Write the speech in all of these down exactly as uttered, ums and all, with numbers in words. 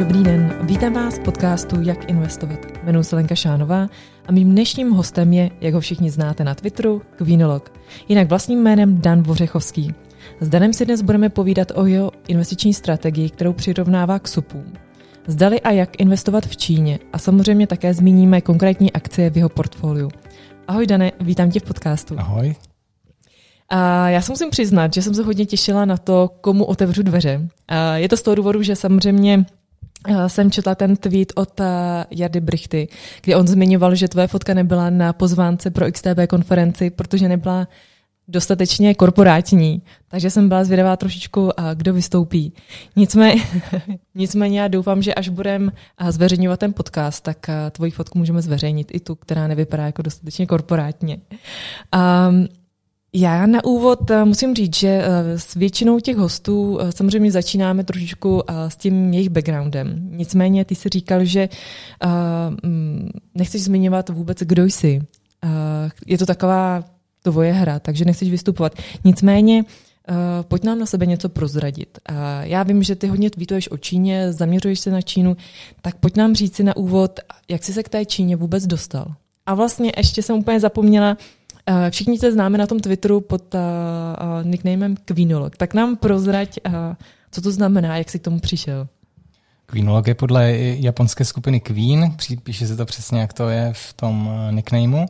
Dobrý den, vítám vás v podcastu Jak investovat. Jmenuji se Lenka Šánová a mým dnešním hostem je, jak ho všichni znáte na Twitteru, Kvínolog, jinak vlastním jménem Dan Vořechovský. S Danem si dnes budeme povídat o jeho investiční strategii, kterou přirovnává k supům. Zdali a jak investovat v Číně a samozřejmě také zmíníme konkrétní akcie v jeho portfoliu. Ahoj Dane, vítám tě v podcastu. Ahoj. A já se musím přiznat, že jsem se hodně těšila na to, komu otevřu dveře. A je to z toho důvodu, že samozřejmě jsem četla ten tweet od Jardy Brychty, kde on zmiňoval, že tvoje fotka nebyla na pozvánce pro X T B konferenci, protože nebyla dostatečně korporátní, takže jsem byla zvědavá trošičku, kdo vystoupí. Nicméně, nicméně já doufám, že až budeme zveřejňovat ten podcast, tak tvoji fotku můžeme zveřejnit i tu, která nevypadá jako dostatečně korporátně. Um, Já na úvod musím říct, že s většinou těch hostů samozřejmě začínáme trošičku s tím jejich backgroundem. Nicméně ty jsi říkal, že nechceš zmiňovat vůbec, kdo jsi. Je to taková tvoje hra, takže nechceš vystupovat. Nicméně pojď nám na sebe něco prozradit. Já vím, že ty hodně tweetuješ o Číně, zaměřuješ se na Čínu, tak pojď nám říct si na úvod, jak jsi se k té Číně vůbec dostal. A vlastně ještě jsem úplně zapomněla, všichni se známe na tom Twitteru pod uh, uh, nicknamem Kvínolog. Tak nám prozrať, uh, co to znamená, jak jsi k tomu přišel. Kvínolog je podle japonské skupiny Queen, píše se to přesně, jak to je v tom nicknameu.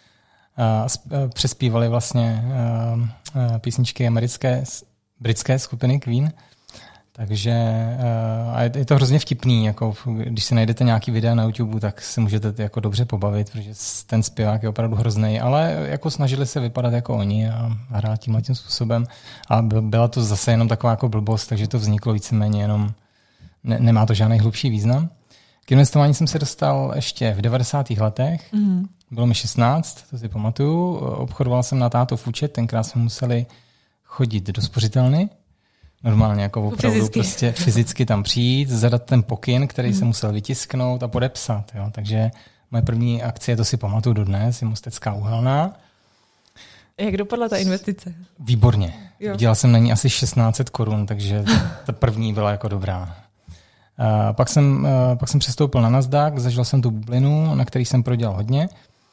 Uh, přespívali vlastně uh, uh, písničky americké, britské skupiny Queen. Takže uh, a je, je to hrozně vtipný, jako když si najdete nějaký videa na YouTube, tak se můžete jako dobře pobavit, protože ten zpěvák je opravdu hrozný, ale jako snažili se vypadat jako oni a hrát tímhle tím způsobem. A byla to zase jenom taková jako blbost, takže to vzniklo víceméně jenom, ne, nemá to žádný hlubší význam. K investování jsem se dostal ještě v devadesátých letech, mm. bylo mi šestnáct, to si pamatuju, obchodoval jsem na tátův účet, tenkrát jsme museli chodit do spořitelny, normálně jako opravdu fyzicky. prostě fyzicky tam přijít, zadat ten pokyn, který mm. se musel vytisknout a podepsat. Jo. Takže moje první akcie, to si pamatuju dodnes, je Mostecká uhelná. Jak dopadla ta investice? Výborně. Jo. Dělal jsem na ní asi šestnáct set korun, takže ta první byla jako dobrá. Uh, pak, jsem, uh, pak jsem přestoupil na Nasdaq, zažil jsem tu bublinu, na který jsem prodělal hodně.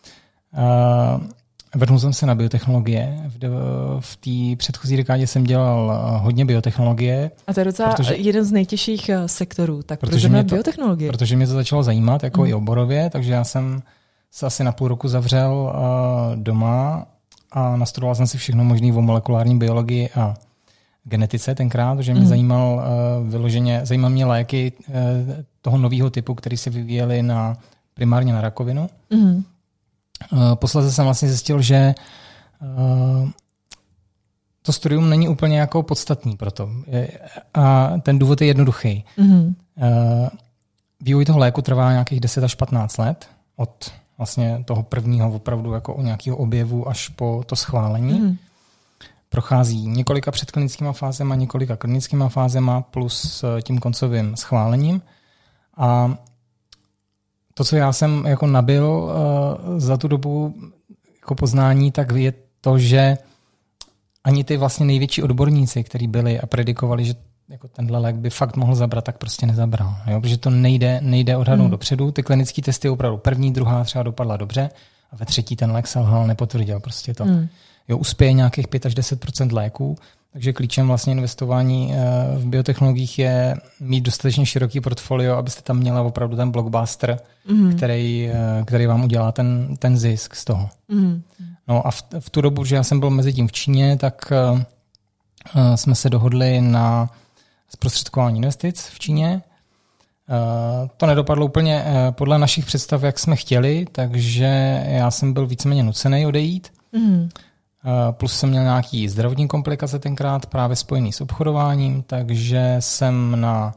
Uh, Vrhnul jsem se na biotechnologie. V, v té předchozí dekádě jsem dělal hodně biotechnologie. A to je docela protože, jeden z nejtěžších sektorů. Tak proč mě to, biotechnologie? Protože mě to začalo zajímat, jako mm. i oborově, takže já jsem se asi na půl roku zavřel uh, doma a nastudoval jsem si všechno možné o molekulární biologii a genetice tenkrát, protože mě mm. zajímal uh, vyloženě, zajímal mě léky uh, toho nového typu, který se vyvíjely na, primárně na rakovinu. Mm. Posledně jsem vlastně zjistil, že uh, to studium není úplně jako podstatný pro to. A ten důvod je jednoduchý. Mm-hmm. Uh, vývoj toho léku trvá nějakých deset až patnáct let. Od vlastně toho prvního opravdu jako o nějakého objevu až po to schválení. Mm-hmm. Prochází několika předklinickýma fázema, několika klinickýma fázema plus tím koncovým schválením. A to, co já jsem jako nabil uh, za tu dobu jako poznání, tak je to, že ani ty vlastně největší odborníci, kteří byli a predikovali, že jako tenhle lék by fakt mohl zabrat, tak prostě nezabral. Jo? Protože to nejde, nejde odhadnout mm. dopředu. Ty klinické testy opravdu první, druhá třeba dopadla dobře a ve třetí ten lék selhal, nepotvrdil prostě to. Mm. Jo, uspěje nějakých pět až deset procent léků. Takže klíčem vlastně investování v biotechnologiích je mít dostatečně široký portfolio, abyste tam měla opravdu ten blockbuster, mm. který, který vám udělá ten, ten zisk z toho. Mm. No a v, v tu dobu, že já jsem byl mezi tím v Číně, tak uh, jsme se dohodli na zprostředkování investic v Číně. Uh, to nedopadlo úplně uh, podle našich představ, jak jsme chtěli, takže já jsem byl víceméně nucený odejít. Mm. Plus jsem měl nějaký zdravotní komplikace tenkrát právě spojený s obchodováním, takže jsem na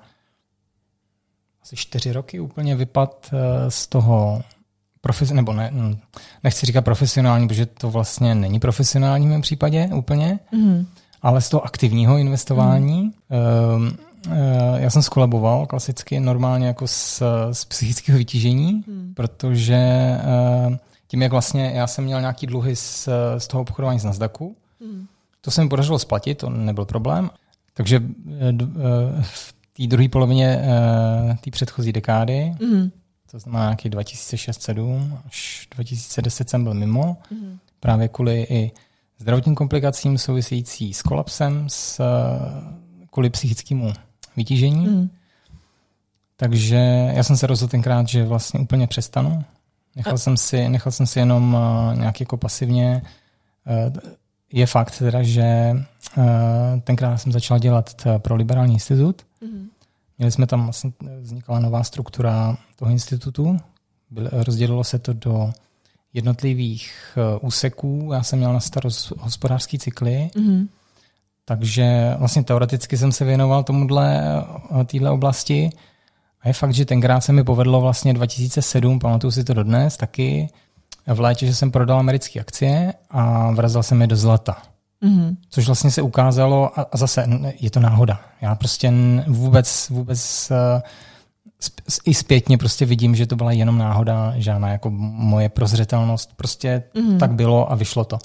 asi čtyři roky úplně vypadl z toho profes, nebo ne, nechci říkat profesionální, protože to vlastně není profesionální v mém případě úplně, mm. ale z toho aktivního investování. Mm. Já jsem skolaboval klasicky normálně jako z, z psychického vytížení, mm. protože tím, jak vlastně já jsem měl nějaký dluhy z, z toho obchodování z Nasdaqu, mm. to se mi podařilo splatit, to nebyl problém. Takže v té druhé polovině uh, té předchozí dekády, mm. to znamená nějaký dva tisíce šest sedm až dva tisíce deset jsem byl mimo, mm. právě kvůli i zdravotním komplikacím související s kolapsem, s, kvůli psychickému vytížení. Mm. Takže já jsem se rozhodl tenkrát, že vlastně úplně přestanu. Nechal, jsem si, nechal jsem si jenom uh, nějak jako pasivně. Uh, je fakt teda, že uh, tenkrát jsem začal dělat t- pro Liberální institut. Mm. Měli jsme tam, vlastně vznikala nová struktura toho institutu. Byl, rozdělilo se to do jednotlivých uh, úseků. Já jsem měl na starost hospodářský cykly. Mm. Takže vlastně teoreticky jsem se věnoval tomuhle, téhle oblasti. A je fakt, že tenkrát se mi povedlo vlastně dva tisíce sedm, pamatuju si to dodnes, taky v létě, že jsem prodal americké akcie a vrazil jsem je do zlata. Mm-hmm. Což vlastně se ukázalo, a zase je to náhoda. Já prostě vůbec, vůbec i zpětně prostě vidím, že to byla jenom náhoda, žádná jako moje prozřetelnost. Prostě mm-hmm. tak bylo a vyšlo to.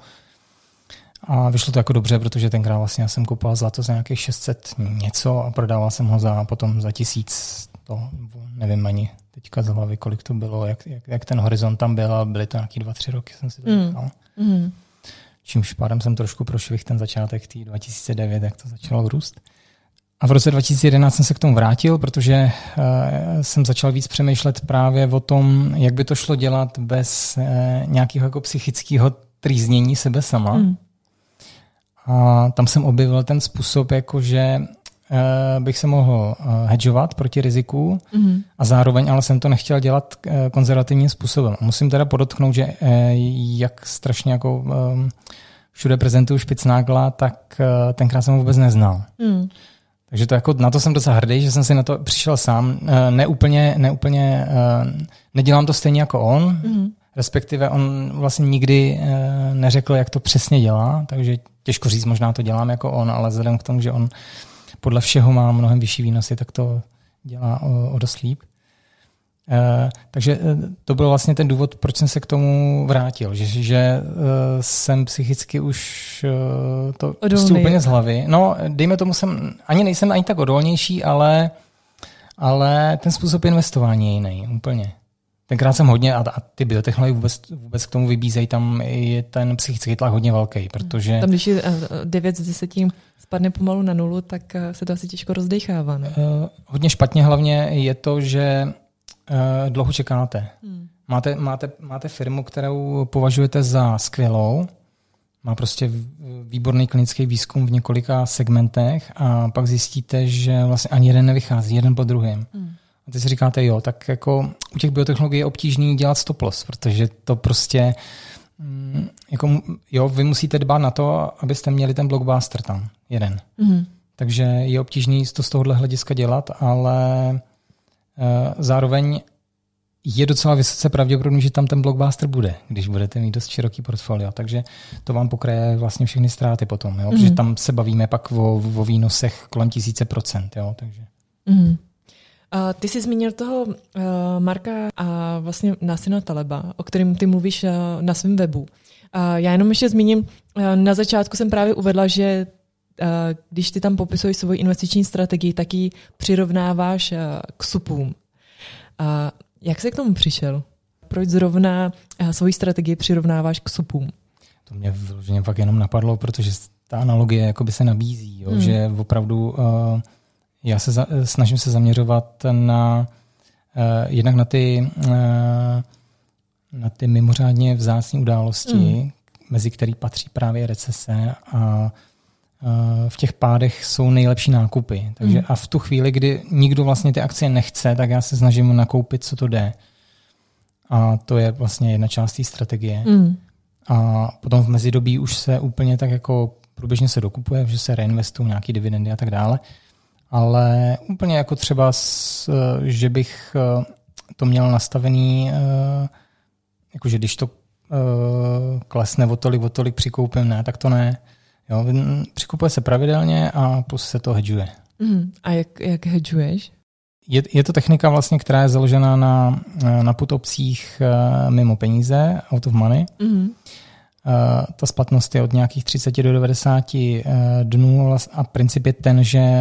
A vyšlo to jako dobře, protože tenkrát vlastně já jsem kupoval zlato za nějakých šest set něco a prodával jsem ho za potom za tisíc. To nevím ani teďka z hlavy, kolik to bylo, jak, jak, jak ten horizont tam byl, ale byly to nějaký dva, tři roky, jsem si to říkal. Mm. Mm. Čímž pádem jsem trošku prošvih ten začátek tý dva tisíce devět, jak to začalo růst. A v roce dva tisíce jedenáct jsem se k tomu vrátil, protože uh, jsem začal víc přemýšlet právě o tom, jak by to šlo dělat bez uh, nějakého jako psychického trýznění sebe sama. Mm. A tam jsem objevil ten způsob, jakože Uh, bych se mohl uh, hedžovat proti riziku mm-hmm. a zároveň ale jsem to nechtěl dělat uh, konzervativním způsobem. Musím teda podotknout, že uh, jak strašně jako um, všude prezentuju špicnágla, tak uh, tenkrát jsem ho vůbec neznal. Mm. Takže to jako, na to jsem docela hrdý, že jsem si na to přišel sám. Uh, neúplně, neúplně uh, nedělám to stejně jako on, mm-hmm. respektive on vlastně nikdy uh, neřekl, jak to přesně dělá, takže těžko říct, možná to dělám jako on, ale vzhledem k tomu, že on podle všeho má mnohem vyšší výnosy, tak to dělá o, o dost líp. E, takže to byl vlastně ten důvod, proč jsem se k tomu vrátil. Že, že e, jsem psychicky už e, to prostě úplně z hlavy. No, dejme tomu, jsem, ani nejsem ani tak odolnější, ale, ale ten způsob investování je jiný, úplně. Tenkrát jsem hodně, a, a ty biotechnologie vůbec, vůbec k tomu vybízejí, tam je ten psychický tlak hodně velký, protože... Tam, když je devět z deseti spadne pomalu na nulu, tak se to asi těžko rozdechává, ne? Uh, hodně špatně hlavně je to, že uh, dlouho čekáte. Hmm. Máte, máte, máte firmu, kterou považujete za skvělou, má prostě výborný klinický výzkum v několika segmentech a pak zjistíte, že vlastně ani jeden nevychází, jeden po druhém. Hmm. A ty si říkáte, jo, tak jako u těch biotechnologií je obtížný dělat stop loss, protože to prostě, jako, jo, vy musíte dbát na to, abyste měli ten blockbuster tam, jeden. Mm-hmm. Takže je obtížný to z tohohle hlediska dělat, ale uh, zároveň je docela vysoce pravděpodobný, že tam ten blockbuster bude, když budete mít dost široký portfolio. Takže to vám pokraje vlastně všechny ztráty potom, jo? Mm-hmm. Protože tam se bavíme pak o, o výnosech kolem tisíce procent. Jo? Takže. Mm-hmm. Uh, ty jsi zmínil toho uh, Marka a vlastně Nassima Taleba, o kterém ty mluvíš uh, na svém webu. Uh, já jenom ještě zmíním, uh, na začátku jsem právě uvedla, že uh, když ty tam popisuješ svoji investiční strategii, tak ji přirovnáváš uh, k supům. Uh, jak jsi k tomu přišel? Proč zrovna uh, svoji strategii přirovnáváš k supům? To mě vyloženě fakt jenom napadlo, protože ta analogie jakoby se nabízí, jo? Hmm. Že opravdu... Uh, Já se za, snažím se zaměřovat na uh, jednak na ty, uh, na ty mimořádně vzácné události, mm. mezi který patří právě recese a uh, v těch pádech jsou nejlepší nákupy. Takže mm. a v tu chvíli, kdy nikdo vlastně ty akcie nechce, tak já se snažím nakoupit, co to jde. A to je vlastně jedna část té strategie. Mm. A potom v mezidobí už se úplně tak jako průběžně se dokupuje, že se reinvestují nějaké dividendy a tak dále. Ale úplně jako třeba, s, že bych to měl nastavený, jakože když to klesne o tolik, o tolik přikoupím, ne, tak to ne. Jo, přikupuje se pravidelně a plus se to hedžuje. Mm, a jak, jak hedžuješ? Je, je to technika vlastně, která je založená na, na put opcích mimo peníze, out of money. Mm. Ta splatnost je od nějakých třicet do devadesáti dnů a princip je ten, že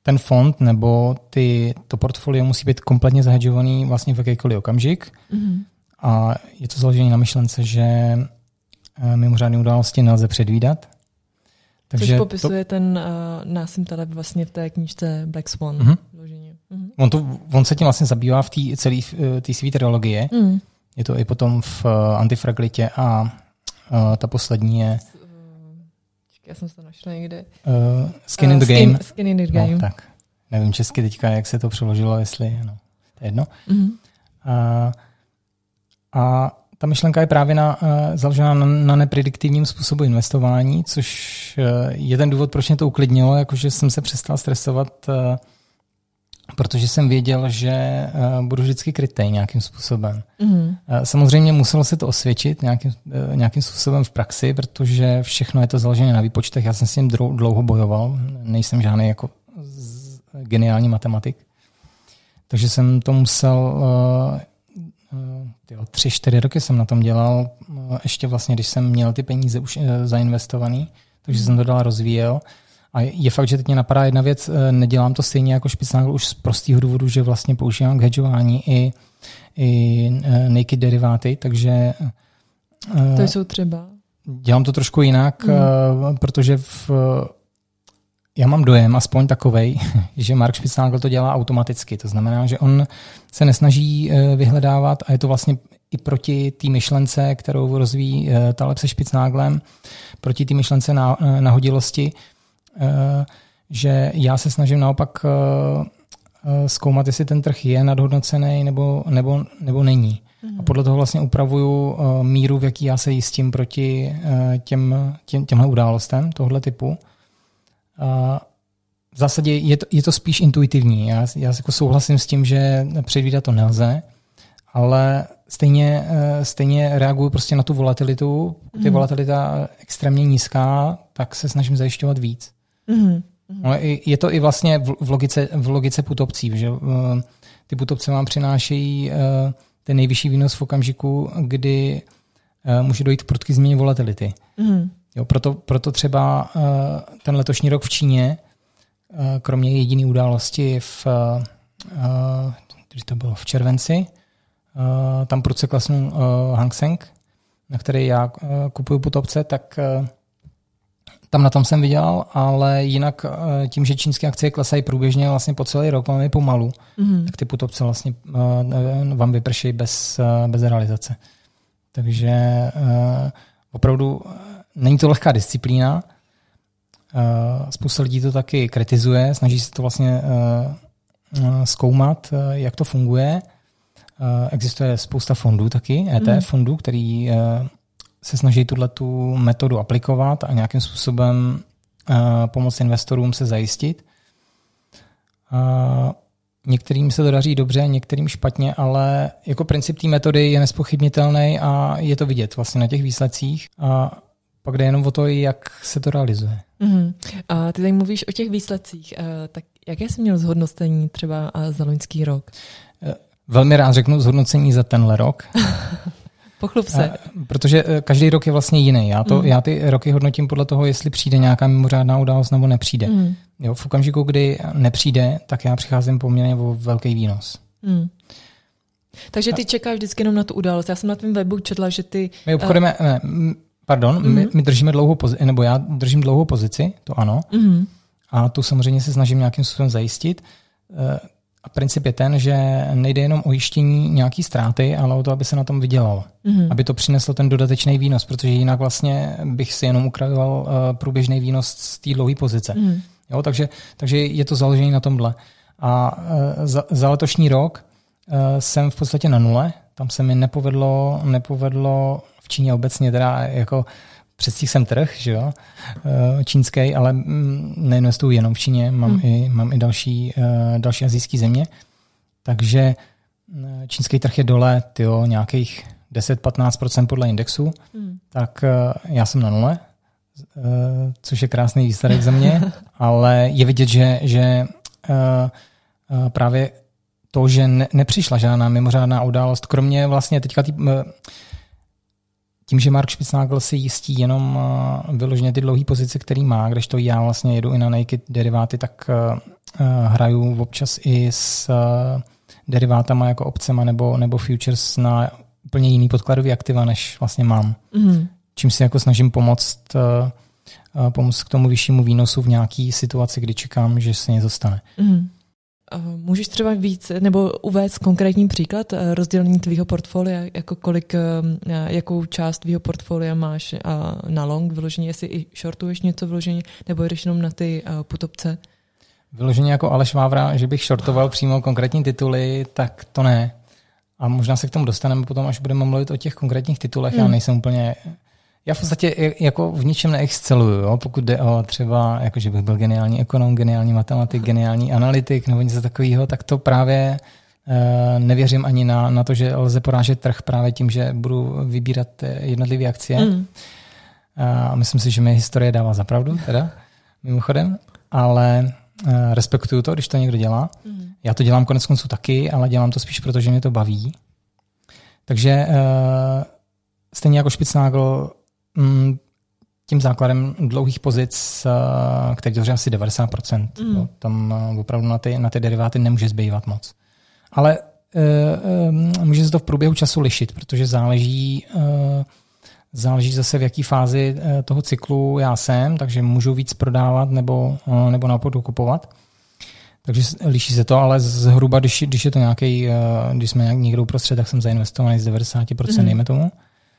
ten fond nebo ty, to portfolio musí být kompletně zahedžovaný vlastně v jakýkoliv okamžik. Mm-hmm. A je to založené na myšlence, že mimořádné události nelze předvídat. Takže což popisuje to... ten uh, Nassim Taleb vlastně v té knížce Black Swan. Mm-hmm. Mm-hmm. On, to, on se tím vlastně zabývá v té celé té své trilogie. Mm. Je to i potom v uh, Antifragilitě a uh, ta poslední je... Já jsem se to našla někde. Uh, Skin in the Game. Skin, skin in the Game. No, tak. Nevím česky teďka, jak se to přeložilo, jestli... No, to je jedno. Mm-hmm. Uh, a ta myšlenka je právě na, uh, založená na, na neprediktivním způsobu investování, což uh, je ten důvod, proč mě to uklidnilo, jakože jsem se přestal stresovat, uh, protože jsem věděl, že uh, budu vždycky krytej nějakým způsobem. Mm. Uh, samozřejmě muselo se to osvědčit nějakým, uh, nějakým způsobem v praxi, protože všechno je to založené na výpočtech. Já jsem s tím dlouho bojoval, nejsem žádný jako z, geniální matematik. Takže jsem to musel... Uh, Tyjo, tři, čtyři roky jsem na tom dělal, ještě vlastně, když jsem měl ty peníze už zainvestovaný, takže jsem to dál rozvíjel. A je fakt, že teď mě napadá jedna věc, nedělám to stejně jako Spitznagel už z prostého důvodu, že vlastně používám k hedžování i, i naked deriváty, takže... To jsou třeba? Dělám to trošku jinak, mm. protože v, já mám dojem, aspoň takovej, že Mark Spitznagel to dělá automaticky. To znamená, že on se nesnaží vyhledávat a je to vlastně i proti té myšlence, kterou rozvíjí Taleb se Spitznagelem, proti té myšlence nahodilosti, že já se snažím naopak zkoumat, jestli ten trh je nadhodnocený nebo, nebo, nebo není. A podle toho vlastně upravuju míru, v jaký já se jistím proti těm, těm, těmhle událostem tohle typu. V zásadě je to, je to spíš intuitivní. Já, já jako souhlasím s tím, že předvídat to nelze, ale stejně, stejně reaguju prostě na tu volatilitu. Pokud je volatilita extrémně nízká, tak se snažím zajišťovat víc. Mm. No, je to i vlastně v logice, v logice putopcí, že ty putopce vám přinášejí ten nejvyšší výnos v okamžiku, kdy může dojít k prudký změně volatility. Mm. Jo, proto, proto třeba uh, ten letošní rok v Číně, uh, kromě jediné události v, uh, když to bylo v červenci, uh, tam prudce klesnul uh, Hang Seng, na který já uh, kupuju putopce, tak uh, tam na tom jsem vydělal, ale jinak uh, tím, že čínské akcie klesají průběžně vlastně po celý rok, velmi pomalu, mm-hmm. tak ty putopce vlastně uh, vám vypršejí bez, uh, bez realizace. Takže uh, opravdu není to lehká disciplína. Spousta lidí to taky kritizuje, snaží se to vlastně zkoumat, jak to funguje. Existuje spousta fondů taky, E T F fondů, který se snaží tuhletu metodu aplikovat a nějakým způsobem pomoct investorům se zajistit. Některým se to daří dobře, některým špatně, ale jako princip té metody je nespochybnitelný a je to vidět vlastně na těch výsledcích. A pak jde jenom o to, jak se to realizuje. Mm-hmm. A ty tady mluvíš o těch výsledcích. Tak jaké jsi měl zhodnocení třeba za loňský rok? Velmi rád řeknu zhodnocení za tenhle rok. Pochlup se. Protože každý rok je vlastně jiný. Já, to, mm. já ty roky hodnotím podle toho, jestli přijde nějaká mimořádná událost nebo nepřijde. Mm. Jo, v okamžiku, kdy nepřijde, tak já přicházím poměrně o velký výnos. Mm. Takže ty čekáš vždycky jenom na tu událost. Já jsem na tvém webu četla, že ty... My obchodujeme... Uh... Ne, pardon, mm. my, my držíme dlouhou pozici, nebo já držím dlouhou pozici, to ano. Mm. A tu samozřejmě se snažím nějakým způsobem zajistit. A princip je ten, že nejde jenom o jištění nějaký ztráty, ale o to, aby se na tom vydělalo. Mm-hmm. Aby to přineslo ten dodatečný výnos, protože jinak vlastně bych si jenom ukrajoval uh, průběžný výnos z té dlouhé pozice. Mm-hmm. Jo, takže, takže je to založené na tomhle. A uh, za, za letošní rok uh, jsem v podstatě na nule. Tam se mi nepovedlo, nepovedlo v Číně obecně, teda jako předstihl jsem trh, že jo, čínský, ale neinvestuju jenom v Číně, mám, hmm. i, mám i další, další asijské země. Takže čínský trh je dole tyjo, nějakých deset až patnáct procent podle indexu, hmm. tak já jsem na nule, což je krásný výsledek za mě, ale je vidět, že, že právě to, že ne, nepřišla žádná mimořádná událost, kromě vlastně teďka tý, tím, že Mark Spitznagel si jistí jenom vyloženě ty dlouhé pozice, který má, kdežto já vlastně jedu i na naked deriváty, tak hraju občas i s derivátama jako opcema nebo, nebo futures na úplně jiný podkladový aktiva, než vlastně mám. Mm. Čím si jako snažím pomoct, pomoct k tomu vyššímu výnosu v nějaký situaci, kdy čekám, že se něco stane. Mm. Můžeš třeba víc nebo uvést konkrétní příklad rozdělení tvýho portfolia, jako kolik, jakou část tvýho portfolia máš na long vyloženě, jestli i shortuješ něco vyloženě, nebo jdeš jenom na ty put opce? Vyloženě jako Aleš Vávra, že bych shortoval přímo konkrétní tituly, tak to ne. A možná se k tomu dostaneme potom, až budeme mluvit o těch konkrétních titulech. Hmm. Já nejsem úplně... Já v podstatě jako v ničem neexceluju, jo? Pokud jde o třeba, jako že bych byl geniální ekonom, geniální matematik, geniální analytik nebo něco takového, tak to právě e, nevěřím ani na, na to, že lze porážet trh právě tím, že budu vybírat jednotlivé akcie. Hmm. A myslím si, že mi historie dává za pravdu, teda, mimochodem, ale e, respektuju to, když to někdo dělá. Hmm. Já to dělám konec konců taky, ale dělám to spíš proto, že mě to baví. Takže e, stejně jako Spitznagel, tím základem dlouhých pozic, který tvoří asi devadesát procent. Mm. No, tam opravdu na ty, na ty deriváty nemůže zbývat moc. Ale uh, může se to v průběhu času lišit, protože záleží, uh, záleží zase, v jaký fázi uh, toho cyklu já jsem, takže můžu víc prodávat nebo, uh, nebo naopak dokupovat. Takže liší se to, ale zhruba, když, když je to nějaký, uh, když jsme někdo uprostřed, tak jsem zainvestovaný z devadesát procent, mm. dejme tomu.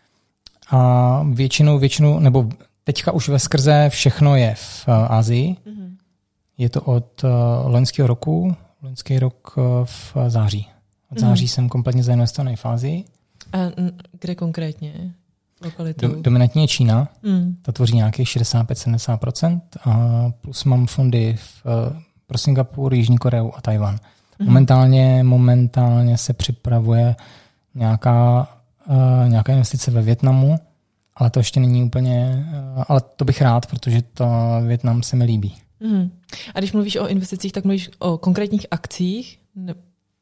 A většinou, většinou, nebo teďka už ve skrze všechno je v Asii. Mm-hmm. Je to od uh, loňského roku, loňský rok uh, v září. Od září mm-hmm. jsem kompletně zainvestovaný v Asii. A kde konkrétně? Lokalitou? Do, dominantně je Čína. Mm. Ta tvoří nějakých šedesát pět až sedmdesát procent. A plus mám fondy v, uh, pro Singapur, Jižní Koreu a Tajvan. Mm-hmm. Momentálně, momentálně se připravuje nějaká Uh, nějaká investice ve Vietnamu, ale to ještě není úplně, uh, ale to bych rád, protože to Vietnam se mi líbí. Mm. A když mluvíš o investicích, tak mluvíš o konkrétních akcích? Ne.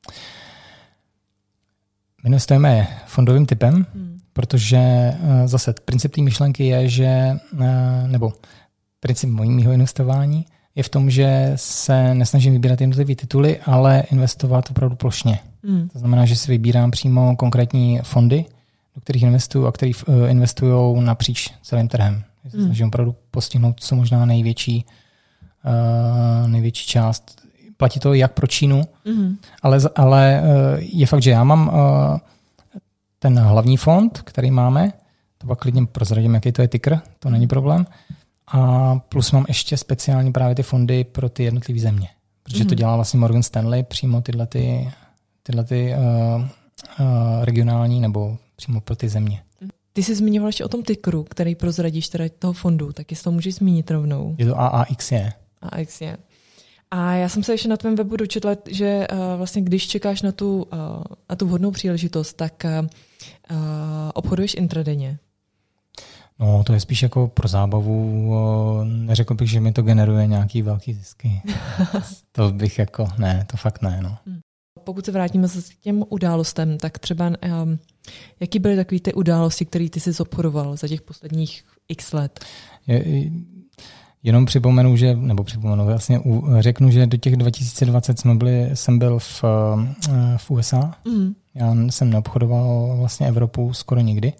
My investujeme fondovým typem, mm. protože uh, zase princip té myšlenky je, že, uh, nebo princip mojím investování je v tom, že se nesnažím vybírat jednotlivé tituly, ale investovat opravdu plošně. Hmm. To znamená, že si vybírám přímo konkrétní fondy, do kterých investuju a který investují napříč celým trhem. Hmm. Snažím opravdu postihnout co možná největší, uh, největší část. Platí to jak pro Čínu, hmm. ale, ale uh, je fakt, že já mám uh, ten hlavní fond, který máme, to pak klidně prozradím, jaký to je ticker, to není problém. A plus mám ještě speciální právě ty fondy pro ty jednotlivé země. Protože mm. to dělá vlastně Morgan Stanley přímo tyhle, ty, tyhle ty, uh, uh, regionální nebo přímo pro ty země. Ty jsi zmiňoval ještě o tom tickeru, který prozradíš teda toho fondu, tak jestli to můžeš zmínit rovnou. Je to A A X J. A A X J. A já jsem se ještě na tvém webu dočetla, že uh, vlastně když čekáš na tu, uh, na tu vhodnou příležitost, tak uh, obchoduješ intradenně. No, to je spíš jako pro zábavu. Neřekl bych, že mi to generuje nějaký velký zisky. To bych jako, ne, to fakt ne. No. Pokud se vrátíme k těm událostem, tak třeba um, jaký byly takové ty události, které ty jsi obchodoval za těch posledních x let? Je, jenom připomenu, že, nebo připomenu, vlastně řeknu, že do těch dva tisíce dvacet jsme byli, jsem byl v, v U S A. Mm. Já jsem neobchodoval vlastně Evropu skoro nikdy.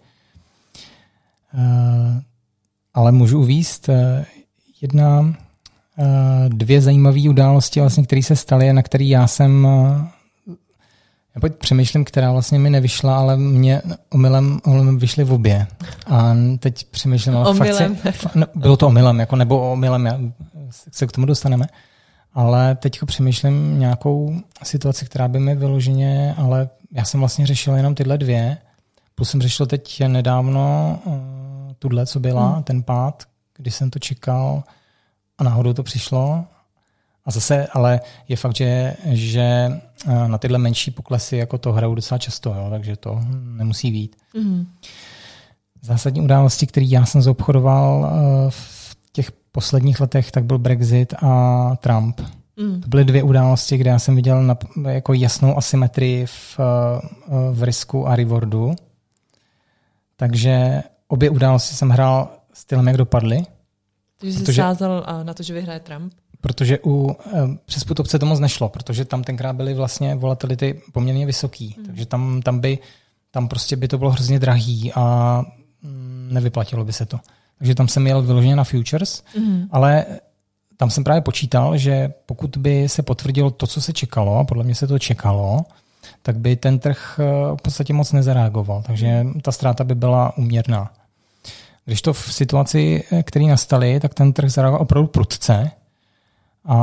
Uh, ale můžu uvést uh, jedna, uh, dvě zajímavé události, vlastně, které se staly, na které já jsem uh, já přemýšlím, která vlastně mi nevyšla, ale mě omylem, omylem vyšly v obě. A teď přemýšlím, ale omylem. fakt se, no, bylo to omylem, jako, nebo omylem, já, se k tomu dostaneme. Ale teď přemýšlím nějakou situaci, která by mi vyloženě, ale já jsem vlastně řešil jenom tyhle dvě. Plus jsem řešil teď nedávno uh, tuhle, co byla, hmm. ten pád, když jsem to čekal a náhodou to přišlo. A zase, ale je fakt, že, že uh, na tyhle menší poklesy jako to hrajou docela často, jo, takže to nemusí být. Hmm. Zásadní události, které já jsem zobchodoval uh, v těch posledních letech, tak byl Brexit a Trump. Hmm. To byly dvě události, kde já jsem viděl na, jako jasnou asymetrii v, uh, v risku a rewardu. Takže obě události jsem hrál stylem, jak dopadly. Takže jsi sázal na to, že vyhraje Trump? Protože u přes put-opce to moc nešlo, protože tam tenkrát byly vlastně volatility poměrně vysoký, mm. takže tam, tam, by, tam prostě by to bylo hrozně drahý a nevyplatilo by se to. Takže tam jsem jel vyloženě na futures, mm. ale tam jsem právě počítal, že pokud by se potvrdilo to, co se čekalo, a podle mě se to čekalo, tak by ten trh v podstatě moc nezareagoval, takže ta ztráta by byla úměrná. Když to v situaci, které nastaly, tak ten trh zareagoval opravdu prudce, a,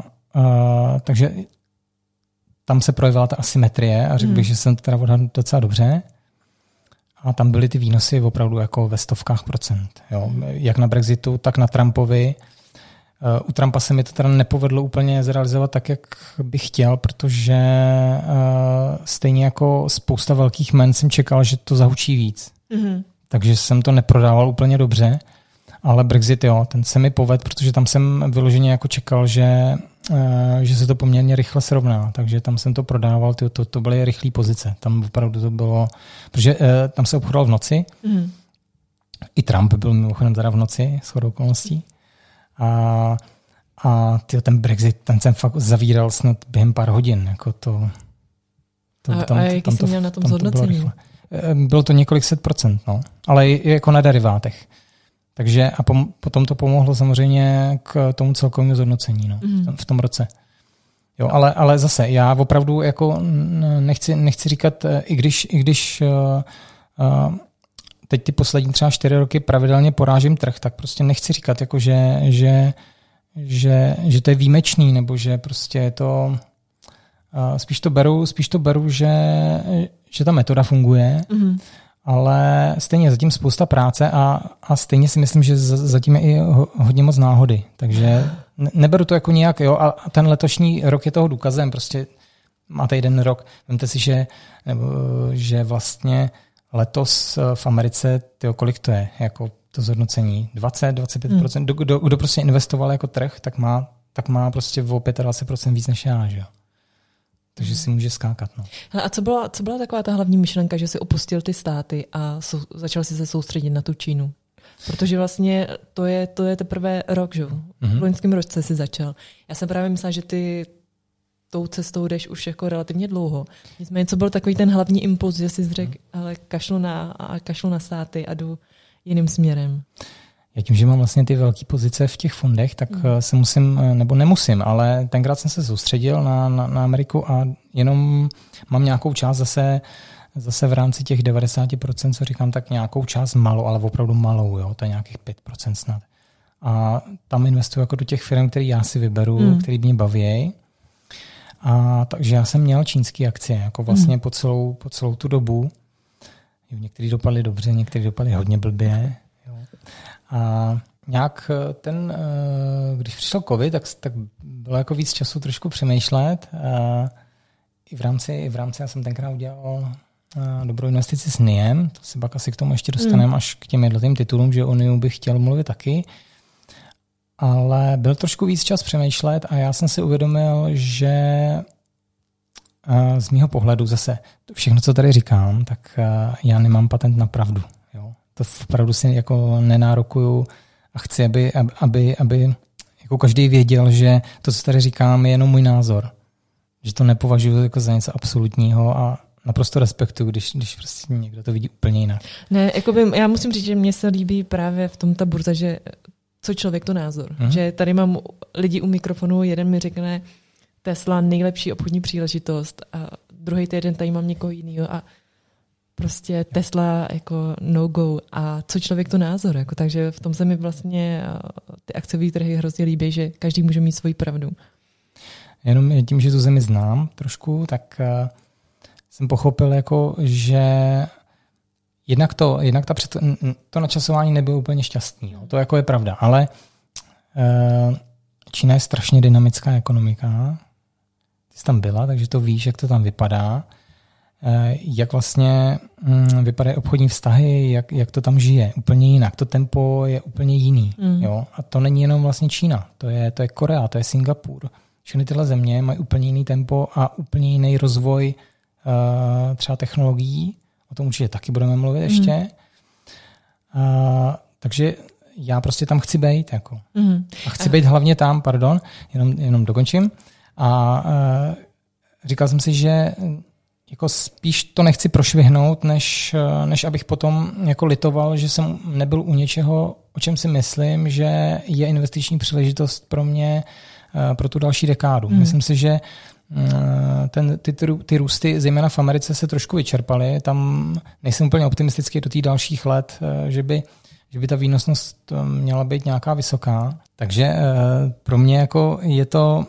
a takže tam se projevila ta asymetrie a řekl bych, hmm. že jsem to teda odhadl docela dobře. A tam byly ty výnosy opravdu jako ve stovkách procent. Jo. Jak na Brexitu, tak na Trumpovi. U Trumpa se mi to teda nepovedlo úplně zrealizovat tak, jak bych chtěl, protože stejně jako spousta velkých men jsem čekal, že to zahučí víc. Hmm. Takže jsem to neprodával úplně dobře. Ale Brexit, jo, ten se mi povedl, protože tam jsem vyloženě jako čekal, že, že se to poměrně rychle srovná. Takže tam jsem to prodával, to, to, to byly rychlé pozice. Tam opravdu to bylo, protože tam se obchodoval v noci. Mm. I Trump byl mimochodem teda v noci, shodou okolností. A, a tyjo, ten Brexit, ten jsem fakt zavíral snad během pár hodin. Jako to, to, a tam, a jaký jsi měl na tom zhodnocení? Bylo, bylo to několik set procent, no. Ale i jako na derivátech. Takže a pom, potom to pomohlo samozřejmě k tomu celkovému zhodnocení, no, mm. v, tom, v tom roce. Jo, ale, ale zase, já opravdu jako nechci, nechci říkat, i když, i když uh, uh, teď ty poslední třeba čtyři roky pravidelně porážím trh, tak prostě nechci říkat, jako že, že, že, že to je výjimečný, nebo že prostě je to, uh, spíš to beru, spíš to beru, že, že ta metoda funguje, mm. ale stejně zatím spousta práce a, a stejně si myslím, že zatím je i hodně moc náhody. Takže neberu to jako nějak, jo, a ten letošní rok je toho důkazem, prostě máte jeden rok. Vemte si, že, nebo, že vlastně letos v Americe, tyjo, kolik to je, jako to zhodnocení, dvacet až dvacet pět procent. Hmm. Kdo, kdo prostě investoval jako trh, tak má, tak má prostě o dvacet pět procent víc než já, že jo. Takže si může skákat. No. A co byla, co byla taková ta hlavní myšlenka, že jsi opustil ty státy a sou, začal si se soustředit na tu Čínu? Protože vlastně to je, to je teprve rok, že? Mm-hmm. V loňském roce si začal. Já jsem právě myslela, že ty tou cestou jdeš už jako relativně dlouho. Nicméně, co byl takový ten hlavní impuls, že jsi řekl, mm. ale kašlu na, a kašlu na státy a jdu jiným směrem? Já tím, že mám vlastně ty velké pozice v těch fondech, tak mm. se musím, nebo nemusím, ale tenkrát jsem se soustředil na, na, na Ameriku a jenom mám nějakou část zase, zase v rámci těch devadesát procent, co říkám, tak nějakou část malou, ale opravdu malou, jo, to je nějakých pět procent snad. A tam investuju jako do těch firm, které já si vyberu, mm. které mě baví. A takže já jsem měl čínské akcie, jako vlastně mm. po, celou, po celou tu dobu. Některé dopadly dobře, některé dopadly hodně blbě. Jo. A nějak ten, když přišel covid, tak, tak bylo jako víc času trošku přemýšlet. A i v rámci, i v rámci já jsem tenkrát udělal dobrou investici s N I E M, to si pak asi k tomu ještě dostaneme, mm. až k těm jednotlivým titulům, že o N I U bych chtěl mluvit taky. Ale byl trošku víc čas přemýšlet a já jsem si uvědomil, že z mýho pohledu zase všechno, co tady říkám, tak já nemám patent na pravdu. Jo. To opravdu si jako nenárokuju a chci, aby, aby, aby jako každý věděl, že to, co tady říkám, je jenom můj názor. Že to nepovažuji jako za něco absolutního a naprosto respektuju, když, když prostě někdo to vidí úplně jinak. Ne, jakoby, já musím říct, že mně se líbí právě v tom ta burza, že co člověk to názor. Mm-hmm. Že tady mám lidi u mikrofonu, jeden mi řekne Tesla nejlepší obchodní příležitost a druhý týden tady mám někoho jiného a prostě Tesla jako no go a co člověk to názor. Jako, takže v tom se mi vlastně ty akciové trhy hrozně líbí, že každý může mít svoji pravdu. Jenom tím, že tu zemi znám trošku, tak uh, jsem pochopil, jako, že jednak to, jednak ta před, to načasování nebylo úplně šťastný. Jo. To jako je pravda, ale uh, Čína je strašně dynamická ekonomika. Ty jsi tam byla, takže to víš, jak to tam vypadá. Uh, jak vlastně um, vypadají obchodní vztahy, jak, jak to tam žije. Úplně jinak. To tempo je úplně jiný. Mm. Jo. A to není jenom vlastně Čína. To je, to je Korea, to je Singapur. Všechny tyhle země mají úplně jiný tempo a úplně jiný rozvoj uh, třeba technologií. O tom určitě taky budeme mluvit ještě. A, takže já prostě tam chci být. Jako. Mm. A chci být hlavně tam, pardon, jenom, jenom dokončím. A, a říkal jsem si, že jako spíš to nechci prošvihnout, než, než abych potom jako litoval, že jsem nebyl u něčeho, o čem si myslím, že je investiční příležitost pro mě pro tu další dekádu. Mm. Myslím si, že ten, ty, ty růsty, zejména v Americe, se trošku vyčerpaly. Tam nejsem úplně optimistický do těch dalších let, že by, že by ta výnosnost měla být nějaká vysoká. Takže pro mě jako je to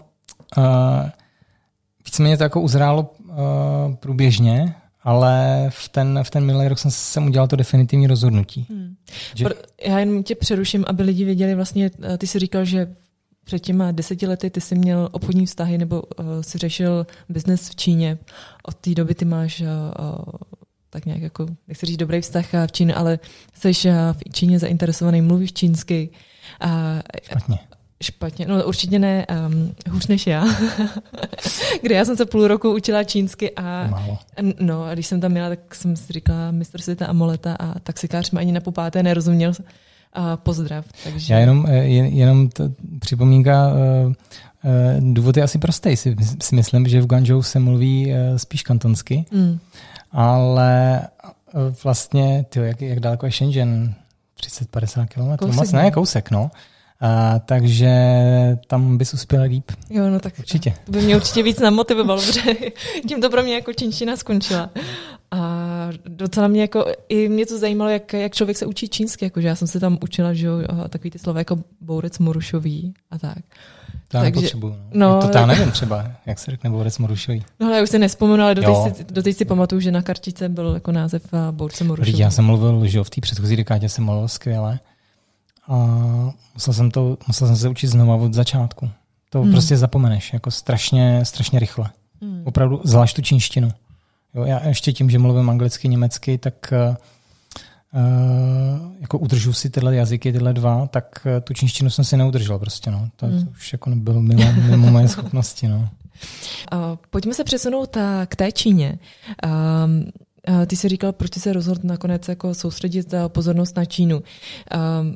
víceméně to jako uzrálo průběžně, ale v ten, v ten minulý rok jsem, jsem udělal to definitivní rozhodnutí. Hmm. Že... Já jen tě přeruším, aby lidi věděli, vlastně ty jsi říkal, že před těma deseti lety ty jsi měl obchodní vztahy nebo uh, jsi řešil biznes v Číně. Od té doby ty máš uh, tak nějak jako, nechci říct dobrý vztah v Číně, ale jsi uh, v Číně zainteresovaný, mluvíš čínsky. Uh, Špatně. Špatně, no určitě ne, um, hůř než já, kde já jsem se půl roku učila čínsky a Málo. no a když jsem tam měla, tak jsem si říkala mistr světa Amoleta a taxikář mi ani na popáté nerozuměl. A pozdrav. Takže... Já jenom, jenom to, připomínka, důvod je asi prostý. Si, si myslím, že v Guangzhou se mluví spíš kantonsky, mm. ale vlastně, tyjo, jak, jak daleko je Shenzhen? třicet padesát kilometrů? Moc ne, kousek, no. A, takže tam bys uspěla líp. Jo, no tak určitě. To by mě určitě víc namotivovalo, protože tím to pro mě jako čínština skončila. A docela mě jako, i mě to zajímalo, jak, jak člověk se učí čínsky, jakože já jsem se tam učila, že takový ty slova jako bourec morušový a tak. To já nepotřebuju. No. No, to já nevím třeba, jak se řekne bourec morušový. No ale já už si nespomenu, ale doteď si, doteď si pamatuju, že na kartice byl jako název bource morušový. Já jsem mluvil, že v té předchozí dekádě jsem mluvil skvěle. A musel jsem, to, musel jsem se učit znova od začátku. To hmm. prostě zapomeneš, jako strašně, strašně rychle. Hmm. Opravdu, zvlášť tu čínštinu. Jo, já ještě tím, že mluvím anglicky, německy, tak uh, jako udržu si tyhle jazyky, tyhle dva, tak uh, tu čínštinu jsem si neudržel prostě. No. To, hmm. to už jako nebylo mimo, mimo moje schopnosti. No. Uh, pojďme se přesunout uh, k té Číně. Um, uh, ty jsi říkal, proč jsi se rozhodl nakonec jako soustředit uh, pozornost na Čínu. Um,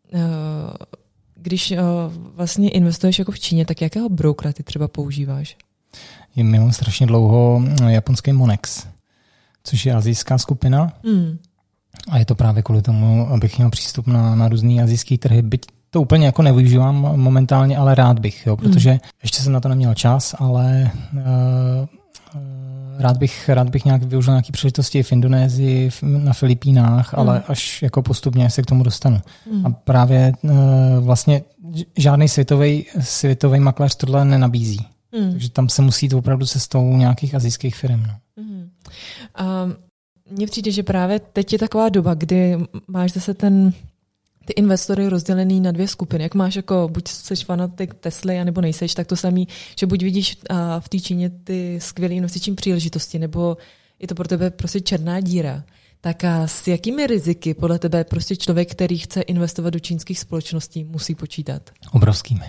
Když vlastně investuješ jako v Číně, tak jakého brokera ty třeba používáš? Je mimo strašně dlouho japonský Monex, což je asijská skupina. Mm. A je to právě kvůli tomu, abych měl přístup na, na různý asijský trhy. Byť to úplně jako nevyužívám momentálně, ale rád bych, jo, protože mm. ještě jsem na to neměl čas, ale uh, Rád bych, rád bych nějak využil nějaké příležitosti v Indonésii, na Filipínách, mm. ale až jako postupně se k tomu dostanu. Mm. A právě uh, vlastně žádný světový světový makléř tohle nenabízí. Mm. Takže tam se musí jít opravdu cestou nějakých asijských firm. No. Mm. Um, mně přijde, že právě teď je taková doba, kdy máš zase ten ty investory rozdělený na dvě skupiny. Jak máš jako, buď jsi fanatik Tesly, anebo nejseš, tak to samý, že buď vidíš uh, v té Číně ty skvělé investiční příležitosti, nebo je to pro tebe prostě černá díra. Tak a s jakými riziky podle tebe prostě člověk, který chce investovat do čínských společností, musí počítat? Obrovskými.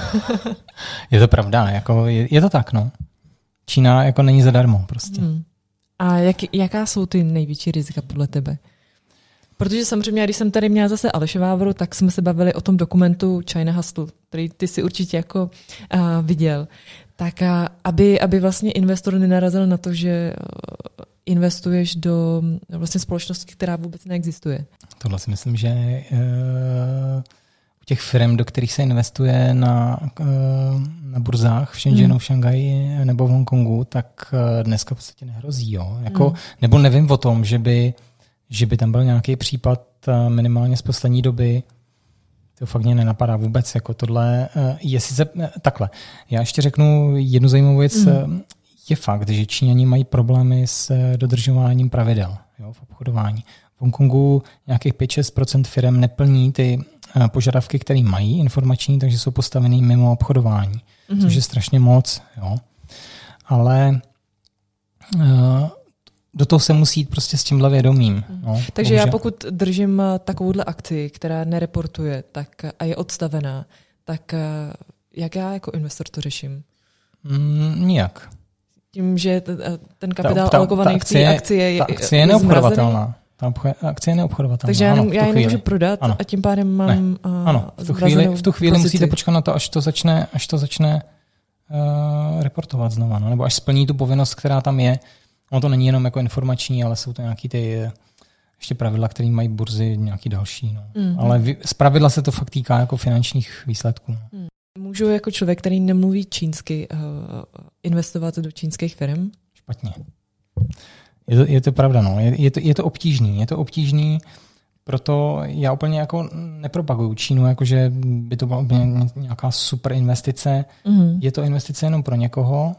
Je to pravda, jako je, je to tak, no. Čína jako není zadarmo prostě. Hmm. A jak, jaká jsou ty největší rizika podle tebe? Protože samozřejmě, když jsem tady měla zase Aleše Vávru, tak jsme se bavili o tom dokumentu China Hustle, který ty si určitě jako uh, viděl. Tak uh, aby, aby vlastně investor nenarazil na to, že uh, investuješ do vlastně společnosti, která vůbec neexistuje. Tohle si myslím, že uh, u těch firm, do kterých se investuje na, uh, na burzách v Shenzhenu, hmm. v Šanghaji nebo v Hongkongu, tak uh, dneska v podstatě nehrozí. Jo? Jako, hmm. Nebo nevím o tom, že by že by tam byl nějaký případ minimálně z poslední doby, to fakt mě nenapadá vůbec, jako tohle je sice takhle. Já ještě řeknu jednu zajímavou věc. Mm. Je fakt, že Číňani mají problémy s dodržováním pravidel, jo, v obchodování. V Hongkongu nějakých pět až šest procent firem neplní ty požadavky, které mají informační, takže jsou postavený mimo obchodování, mm. což je strašně moc. Jo. Ale uh, do toho se musí jít prostě s tímhle vědomím. No, takže bohužel. Já pokud držím takovouhle akci, která nereportuje tak a je odstavená, tak jak já jako investor to řeším? Mm, nijak. Tím, že ten kapitál ta, ta, alokovaný ta akcie, v té akci je Ta akcie je neobchodovatelná. Ta akcie je neobchodovatelná. Takže já, ano, já ji nemůžu prodat ano. a tím pádem mám... Ne. Ano, v tu chvíli, v tu chvíli musíte počkat na to, až to začne, až to začne uh, reportovat znova, no? Nebo až splní tu povinnost, která tam je. Ono to není jenom jako informační, ale jsou to nějaký ty ještě pravidla, které mají burzy, nějaký další. No. Mm-hmm. Ale z pravidla se to fakt týká jako finančních výsledků. Mm. Můžu jako člověk, který nemluví čínsky, uh, investovat do čínských firm? Špatně. Je to, je to pravda, no. Je, je, to, je to obtížný. Je to obtížný, proto já úplně jako nepropaguju Čínu, jakože by to byla úplně nějaká super investice. Mm-hmm. Je to investice jenom pro někoho.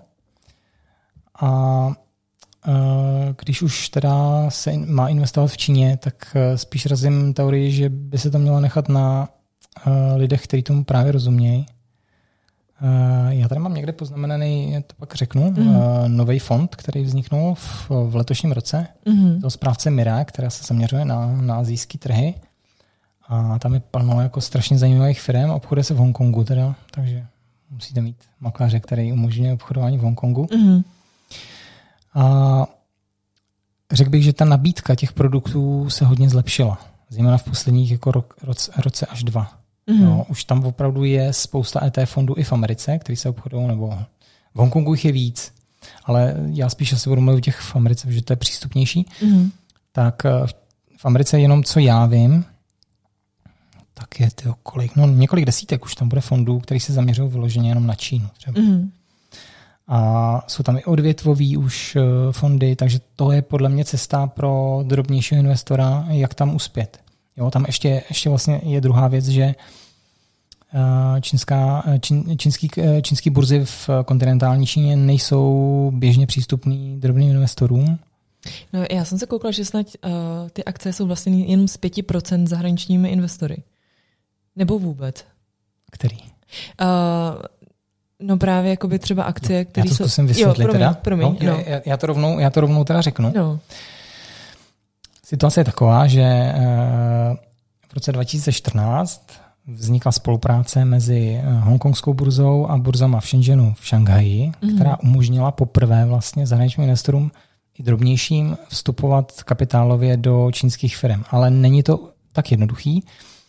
A když už teda se má investovat v Číně, tak spíš razím teorii, že by se to mělo nechat na lidech, kteří tomu právě rozumějí. Já tady mám někde poznamenaný, to pak řeknu, mm. nový fond, který vzniknul v, v letošním roce. Mm. To správce Mira, která se zaměřuje na, na asijské trhy. A tam je plno jako strašně zajímavých firm. Obchoduje se v Hongkongu teda, takže musíte mít makléře, který umožňuje obchodování v Hongkongu. Mm. A řekl bych, že ta nabídka těch produktů se hodně zlepšila. Zejména v posledních jako rok, roce, roce až dva. Mm-hmm. No, už tam opravdu je spousta E T F fondů i v Americe, který se obchodují, nebo v Hongkongu jich je víc. Ale já spíš asi budu mluvit o těch v Americe, protože to je přístupnější. Mm-hmm. Tak v Americe jenom co já vím, tak je to kolik, no několik desítek už tam bude fondů, který se zaměřují vyloženě jenom na Čínu. Třeba. Mm-hmm. A jsou tam i odvětvový už fondy, takže to je podle mě cesta pro drobnějšího investora, jak tam uspět. Jo, tam ještě, ještě vlastně je druhá věc, že čínská, čín, čínský, čínský burzy v kontinentální Číně nejsou běžně přístupný drobným investorům. No, já jsem se koukala, že snad uh, ty akcie jsou vlastně jenom z pět procent zahraničními investory. Nebo vůbec? Který? Uh, No právě jakoby třeba akcie, které jsou... Já to zkusím vysvětlit jo, promiň, teda. Promiň, no, no. já, já, to rovnou, já to rovnou teda řeknu. No. Situace je taková, že v roce dva tisíce čtrnáct vznikla spolupráce mezi hongkongskou burzou a burzama v Shenzhenu v Šanghaji, mm. která umožnila poprvé vlastně zahraničním investorům i drobnějším vstupovat kapitálově do čínských firm. Ale není to tak jednoduchý.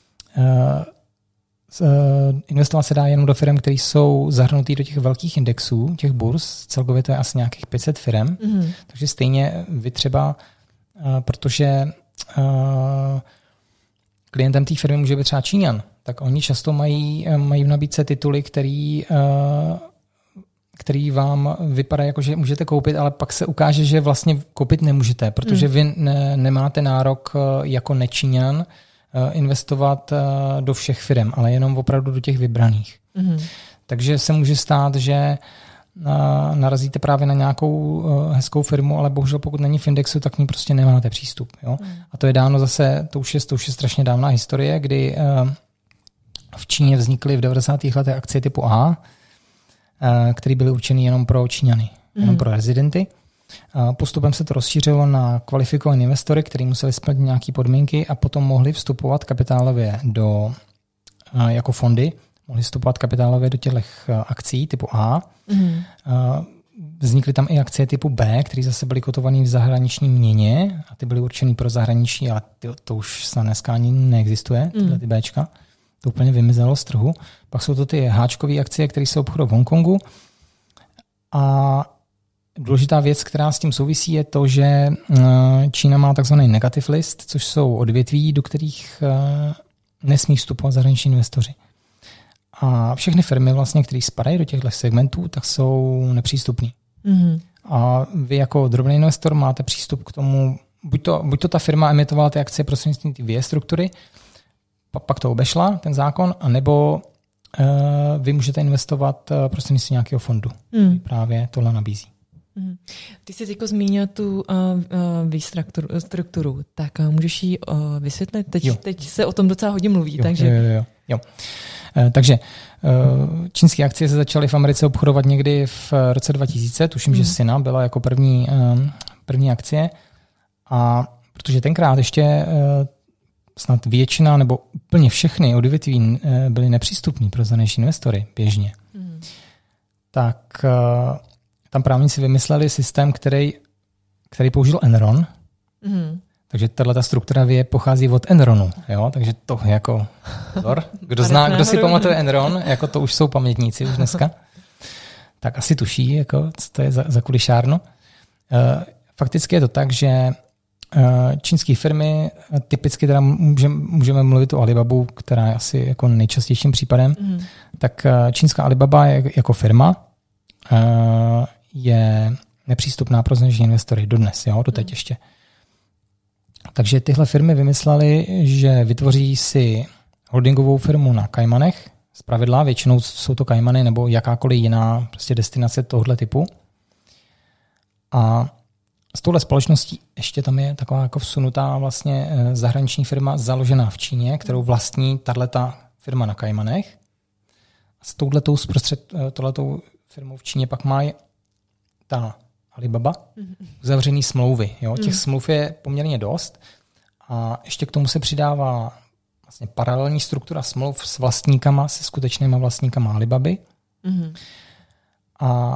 Investovat se dá jenom do firm, které jsou zahrnutý do těch velkých indexů, těch burz. Celkově to je asi nějakých pět set firm. Mm. Takže stejně vy třeba, protože klientem té firmy může být třeba Číňan, tak oni často mají, mají v nabídce tituly, který, který vám vypadá jako, že můžete koupit, ale pak se ukáže, že vlastně koupit nemůžete, protože mm. vy ne, nemáte nárok jako nečíňan investovat do všech firm, ale jenom opravdu do těch vybraných. Mm-hmm. Takže se může stát, že narazíte právě na nějakou hezkou firmu, ale bohužel pokud není v indexu, tak k ní prostě nemáte přístup. Jo? Mm. A to je dáno zase, to už je, to už je strašně dávná historie, kdy v Číně vznikly v devadesátých letech akcie typu A, které byly určeny jenom pro Číňany, mm. jenom pro rezidenty. Postupem se to rozšířilo na kvalifikované investory, kteří museli splnit nějaké podmínky a potom mohli vstupovat kapitálově do, jako fondy, mohli vstupovat kapitálově do těch akcí typu A. Mm. Vznikly tam i akcie typu B, které zase byly kotované v zahraniční měně a ty byly určené pro zahraničí, ale to, to už snad dneska ani neexistuje, tyhle ty Bčka. To úplně vymizelo z trhu. Pak jsou to ty háčkové akcie, které se obchodují v Hongkongu. A důležitá věc, která s tím souvisí, je to, že Čína má takzvaný negative list, což jsou odvětví, do kterých nesmí vstupovat zahraniční investoři. A všechny firmy, vlastně, které spadají do těchto segmentů, tak jsou nepřístupné. Mm-hmm. A vy jako drobný investor máte přístup k tomu, buď to, buď to ta firma emitovala ty akcie prostřednictvím té V I struktury, pak to obešla, ten zákon, anebo uh, vy můžete investovat uh, prostřednictvím nějakého fondu, mm. který právě tohle nabízí. Mm. Ty jsi jako zmínil tu uh, uh, V I strukturu, tak uh, můžeš ji uh, vysvětlit? Teď, teď se o tom docela hodně mluví. Jo, takže... jo, jo, jo. Uh, takže uh, čínské akcie se začaly v Americe obchodovat někdy v roce dva tisíce, tuším, mm. že Sina byla jako první, um, první akcie, a protože tenkrát ještě uh, snad většina nebo úplně všechny odvětví uh, byly nepřístupné pro zahraniční investory běžně, mm. tak uh, tam právníci vymysleli systém, který, který použil Enron. Mm. Takže tato struktura V pochází od Enronu. Jo? Takže to jako vzor. Kdo, zná, kdo si pamatuje Enron, jako to už jsou pamětníci už dneska, tak asi tuší, jako, co to je za, za kulišárno. Fakticky je to tak, že čínské firmy, typicky teda můžeme, můžeme mluvit o Alibabu, která je asi jako nejčastějším případem, mm. tak čínská Alibaba je, jako firma je nepřístupná pro zahraniční investory dodnes, jo, doteď mm. ještě. Takže tyhle firmy vymyslely, že vytvoří si holdingovou firmu na Kajmanech, zpravidla, většinou jsou to Kajmany nebo jakákoliv jiná prostě destinace tohoto typu. A s touhle společností ještě tam je taková jako vsunutá vlastně zahraniční firma založená v Číně, kterou vlastní tato firma na Kajmanech. S touhletou zprostřed, tohletou firmou v Číně pak má ta Alibaba uzavřený smlouvy. Jo? Těch smluv je poměrně dost a ještě k tomu se přidává vlastně paralelní struktura smluv s vlastníkama, se skutečnýma vlastníkama Alibaby. Mm. A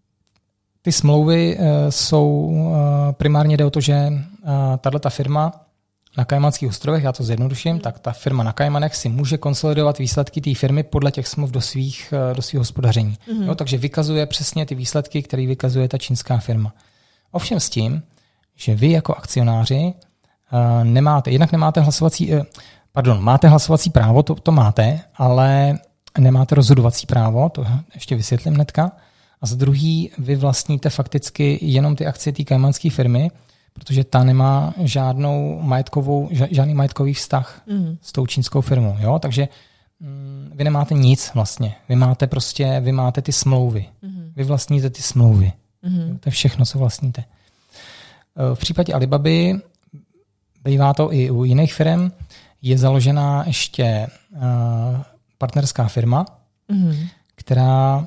ty smlouvy uh, jsou uh, primárně jde o to, že uh, tato firma na Kajmanských ostrovech, já to zjednoduším, mm. tak ta firma na Kajmanech si může konsolidovat výsledky té firmy podle těch smluv do svých, uh, do svých hospodaření. Mm. Jo, takže vykazuje přesně ty výsledky, které vykazuje ta čínská firma. Ovšem s tím, že vy jako akcionáři uh, nemáte, jednak nemáte hlasovací, uh, pardon, máte hlasovací právo, to, to máte, ale nemáte rozhodovací právo, to ještě vysvětlím hnedka. A za druhý, vy vlastníte fakticky jenom ty akcie té kajmanské firmy, protože ta nemá žádnou majetkovou, žádný majetkový vztah mm. s tou čínskou firmou. Jo? Takže mm, vy nemáte nic vlastně. Vy máte prostě, vy máte ty smlouvy. Mm. Vy vlastníte ty smlouvy. Mm. To je všechno, co vlastníte. V případě Alibaby, bývá to i u jiných firm, je založená ještě uh, partnerská firma, mm. která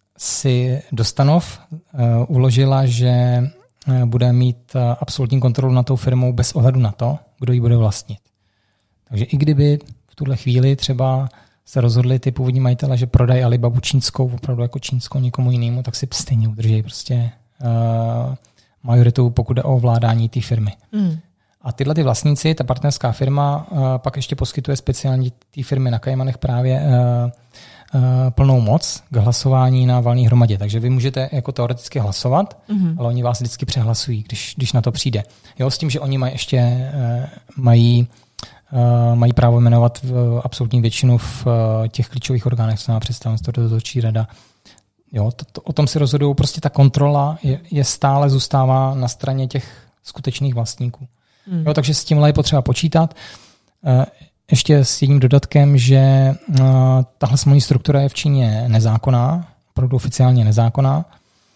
si do stanov uh, uložila, že uh, bude mít uh, absolutní kontrolu nad tou firmou bez ohledu na to, kdo ji bude vlastnit. Takže i kdyby v tuhle chvíli třeba se rozhodli ty původní majitele, že prodají Alibabu čínskou, opravdu jako čínskou někomu jinému, tak si stejně udrží prostě uh, majoritu, pokud jde o ovládání té firmy. Mm. A tyhle ty vlastníci, ta partnerská firma uh, pak ještě poskytuje speciální té firmy na Kajmanech právě uh, uh, plnou moc k hlasování na valné hromadě. Takže vy můžete jako teoreticky hlasovat, mm-hmm. ale oni vás vždycky přehlasují, když, když na to přijde. Jo, s tím, že oni mají ještě uh, mají, uh, mají právo jmenovat v absolutní většinu v uh, těch klíčových orgánech, co má představenstvo, dozorčí rada. Jo, to, to, o tom si rozhodují. Prostě ta kontrola je, je stále zůstává na straně těch skutečných vlastníků. Hmm. Jo, takže s tímhle je potřeba počítat. Ještě s jedním dodatkem, že tahle smluvní struktura je v Číně nezákonná, opravdu oficiálně nezákonná.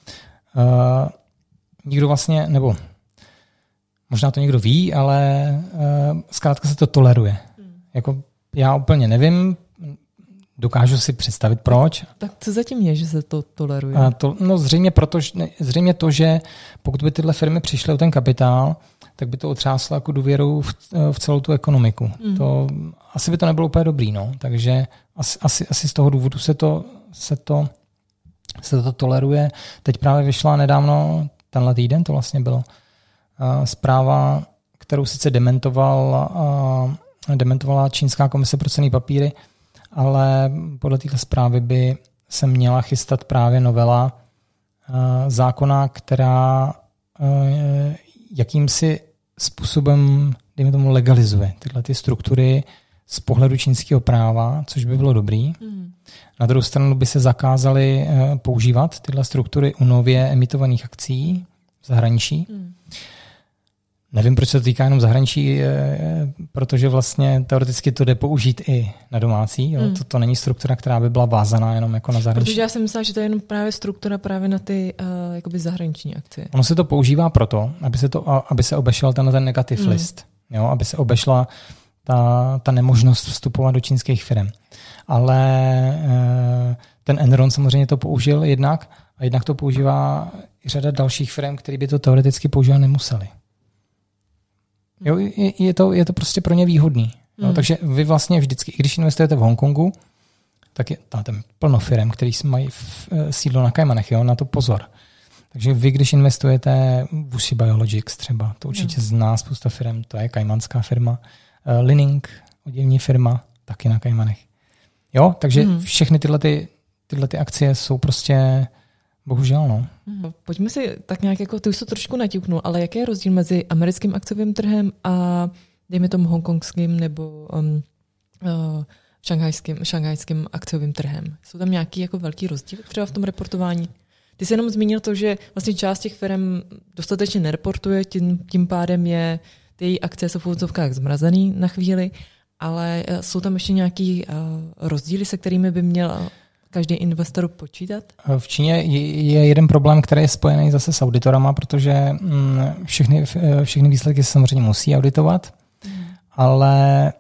Nikdo vlastně, nebo možná to někdo ví, ale zkrátka se to toleruje. Hmm. Jako já úplně nevím, dokážu si představit proč. Tak co zatím je, že se to toleruje? A to, no zřejmě, proto, zřejmě to, že pokud by tyhle firmy přišly o ten kapitál, tak by to otřáslo jako důvěrou v, v celou tu ekonomiku. Mm. To, asi by to nebylo úplně dobrý, no. Takže asi, asi, asi z toho důvodu se to, se, to, se to toleruje. Teď právě vyšla nedávno, tenhle týden to vlastně bylo, uh, zpráva, kterou sice dementoval, uh, dementovala Čínská komise pro cenné papíry, ale podle této zprávy by se měla chystat právě novela uh, zákona, která uh, jakýmsi způsobem, dejme tomu, legalizuje tyhle ty struktury z pohledu čínského práva, což by bylo dobrý. Mm. Na druhou stranu by se zakázaly uh, používat tyhle struktury u nově emitovaných akcí v zahraničí. Mm. Nevím, proč se to týká jenom zahraničí, protože vlastně teoreticky to jde použít i na domácí. Jo? Mm. To, to není struktura, která by byla vázaná jenom jako na zahraničí. Protože já jsem myslela, že to je jenom právě struktura právě na ty uh, jakoby zahraniční akcie. Ono se to používá proto, aby se, to, aby se obešel ten, ten negativ mm. list. Jo? Aby se obešla ta, ta nemožnost vstupovat do čínských firm. Ale uh, ten Enron samozřejmě to použil jednak a jednak to používá i řada dalších firm, které by to teoreticky používat nemuseli. Jo, je, je, to, je to prostě pro ně výhodný. Jo, mm. Takže vy vlastně vždycky, i když investujete v Hongkongu, tak je tam plno firem, který mají v, sídlo na Kajmanech, jo, na to pozor. Takže vy, když investujete v Wuxi Biologics třeba, to určitě hmm. zná spousta firm, to je kajmanská firma. Uh, Lining, oděvní firma, taky na Kajmanech. Jo, takže hmm. všechny tyhle, ty, tyhle ty akcie jsou prostě bohužel, no. Hmm. Pojďme si tak nějak, jako ty už to trošku naťuknul, ale jaký je rozdíl mezi americkým akciovým trhem a dejme tomu hongkongským nebo um, uh, šanghajským, šanghajským akciovým trhem? Jsou tam nějaký jako velký rozdíl třeba v tom reportování? Ty jsi jenom zmínil to, že vlastně část těch firm dostatečně nereportuje, tím, tím pádem je ty její akcie jsou v úvodzovkách zmrazený na chvíli, ale jsou tam ještě nějaký uh, rozdíly, se kterými by měl každý investor počítat? V Číně je jeden problém, který je spojený zase s auditorama, protože všechny, všechny výsledky se samozřejmě musí auditovat, hmm. ale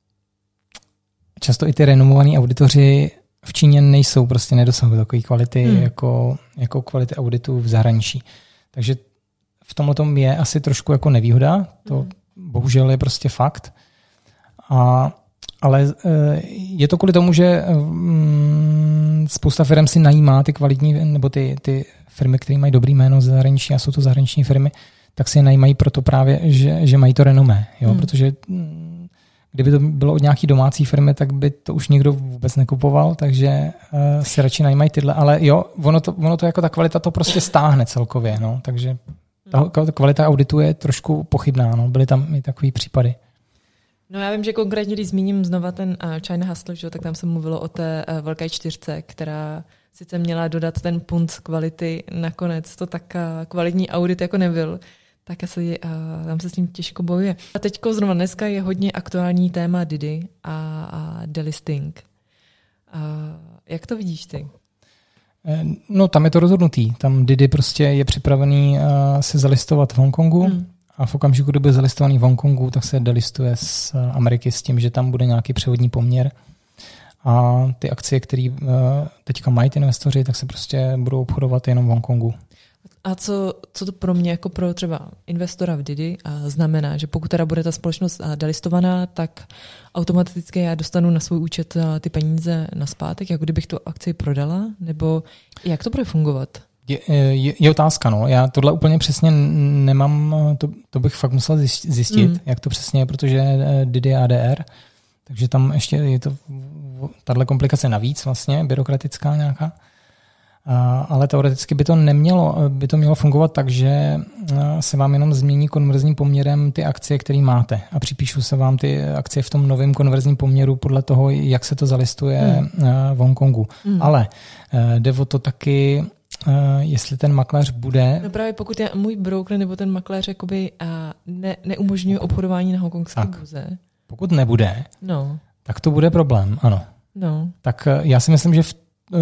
často i ty renomovaní auditoři v Číně nejsou, prostě nedosahují takové kvality hmm. jako, jako kvality auditu v zahraničí. Takže v tomhle tom je asi trošku jako nevýhoda, to hmm. bohužel je prostě fakt. A, ale je to kvůli tomu, že spousta firm si najímá ty kvalitní, nebo ty, ty firmy, které mají dobrý jméno z zahraničí a jsou to zahraniční firmy, tak si je najímají proto právě, že, že mají to renomé. Jo? Hmm. Protože kdyby to bylo od nějaký domácí firmy, tak by to už nikdo vůbec nekupoval, takže uh, si radši najímají tyhle. Ale jo, ono to, ono to jako ta kvalita to prostě stáhne celkově. No? Takže ta, ta kvalita auditu je trošku pochybná. No? Byly tam i takový případy. No já vím, že konkrétně, když zmíním znova ten uh, China Hustle, že, tak tam se mluvilo o té uh, velké čtyřce, která sice měla dodat ten punt kvality, nakonec to tak uh, kvalitní audit jako nebyl. Tak asi uh, tam se s tím těžko bojuje. A teďko zrovna dneska je hodně aktuální téma Didi a, a delisting. Uh, jak to vidíš ty? No tam je to rozhodnutý. Tam Didi prostě je připravený uh, se zalistovat v Hongkongu hmm. a v okamžiku, kdy bude zalistovaný v Hongkongu, tak se delistuje z Ameriky s tím, že tam bude nějaký převodní poměr. A ty akcie, které uh, teďka mají ty investoři, tak se prostě budou obchodovat jenom v Hongkongu. A co, co to pro mě jako pro třeba investora v Didi znamená, že pokud teda bude ta společnost delistovaná, tak automaticky já dostanu na svůj účet ty peníze nazpátek, jako kdybych tu akci prodala, nebo jak to bude fungovat? Je, je, je otázka, no. Já tohle úplně přesně nemám, to, to bych fakt musel zjistit, mm. jak to přesně je, protože Didi je A D R, takže tam ještě je to tahle komplikace navíc vlastně, byrokratická nějaká. Ale teoreticky by to nemělo, by to mělo fungovat tak, že se vám jenom změní konverzním poměrem ty akcie, které máte a připíšou se vám ty akcie v tom novém konverzním poměru podle toho, jak se to zalistuje hmm. v Hongkongu. Hmm. Ale jde o to taky, jestli ten makléř bude... No právě pokud je můj broker nebo ten makléř jakoby ne, neumožňuje obchodování na hongkongské burze. Pokud nebude, no. tak to bude problém, ano. No. Tak já si myslím, že v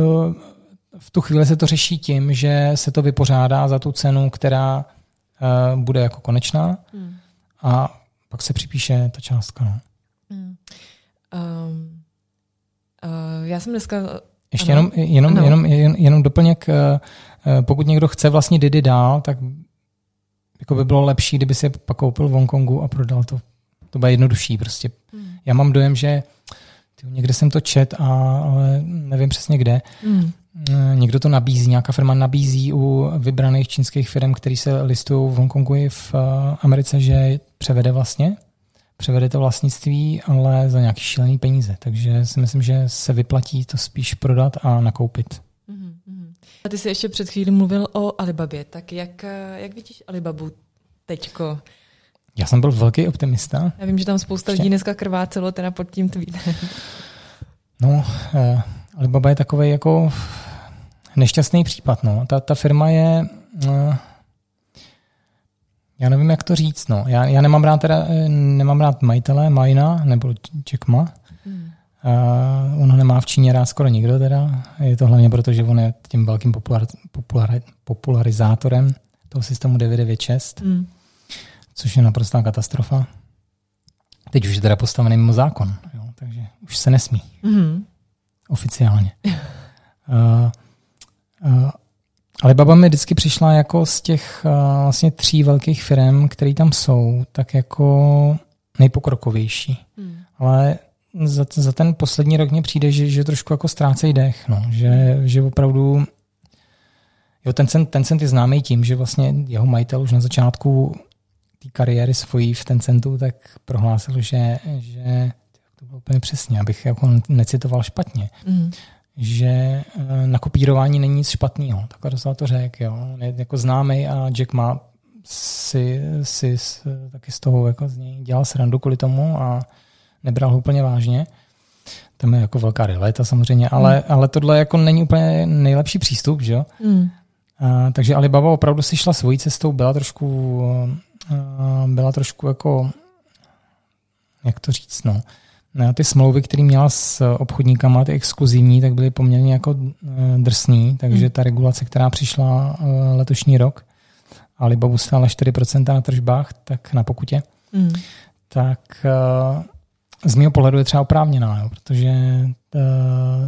V tu chvíli se to řeší tím, že se to vypořádá za tu cenu, která uh, bude jako konečná hmm. a pak se připíše ta částka. No. Hmm. Um, uh, já jsem dneska... Ještě jenom, jenom, jenom, jenom, jenom doplněk, uh, pokud někdo chce vlastní Didi dál, tak jako by bylo lepší, kdyby si je pak koupil v Hongkongu a prodal to. To bude jednodušší prostě. Hmm. Já mám dojem, že tyjo, někde jsem to čet, a, ale nevím přesně kde. Hmm. Někdo to nabízí, nějaká firma nabízí u vybraných čínských firm, které se listují v Hongkongu i v Americe, že převede vlastně, převede to vlastnictví, ale za nějaký šílený peníze. Takže si myslím, že se vyplatí to spíš prodat a nakoupit. Mm-hmm. A ty jsi ještě před chvílí mluvil o Alibabě, tak jak, jak vidíš Alibabu teďko? Já jsem byl velký optimista. Já vím, že tam spousta lidí dneska krvácelo teda pod tím tweetem. No, eh, Alibaba je takovej jako nešťastný případ. No. Ta, ta firma je... Eh, já nevím, jak to říct. No. Já, já nemám rád teda, nemám rád majitele Maina nebo Jack Ma. Hmm. Uh, on ho nemá v Číně rád skoro nikdo teda. Je to hlavně proto, že on je tím velkým popular, popular, popularizátorem toho systému devět devět šest, hmm. což je naprostá katastrofa. Teď už je teda postavený mimo zákon, jo, takže už se nesmí. Hmm. Oficiálně. uh, uh, Alibaba mi vždycky přišla jako z těch uh, vlastně tří velkých firm, které tam jsou, tak jako nejpokrokovější. Hmm. Ale za, za ten poslední rok mně přijde, že, že trošku jako ztrácejí dech. No. Že, že opravdu Jo, Tencent, Tencent je známý tím, že vlastně jeho majitel už na začátku té kariéry svojí v Tencentu tak prohlásil, že, že to bylo úplně přesně, abych jako necitoval špatně, mm. že na kopírování není nic špatného. Takhle dostal to řekl. Jo. Je jako známý a Jack Ma si, si taky z toho jako z něj dělal srandu kvůli tomu a nebral ho úplně vážně. Tam je jako velká realita samozřejmě, ale, mm. ale tohle jako není úplně nejlepší přístup, že jo? Mm. A, takže Alibaba opravdu si šla svojí cestou, byla trošku, a, byla trošku jako, jak to říct, no. Ty smlouvy, které měla s obchodníkama, ty exkluzivní, tak byly poměrně jako drsný, takže mm. ta regulace, která přišla letošní rok, Alibabu stála čtyři procenta na tržbách, tak na pokutě, mm. tak z mého pohledu je třeba oprávněná, jo, protože uh,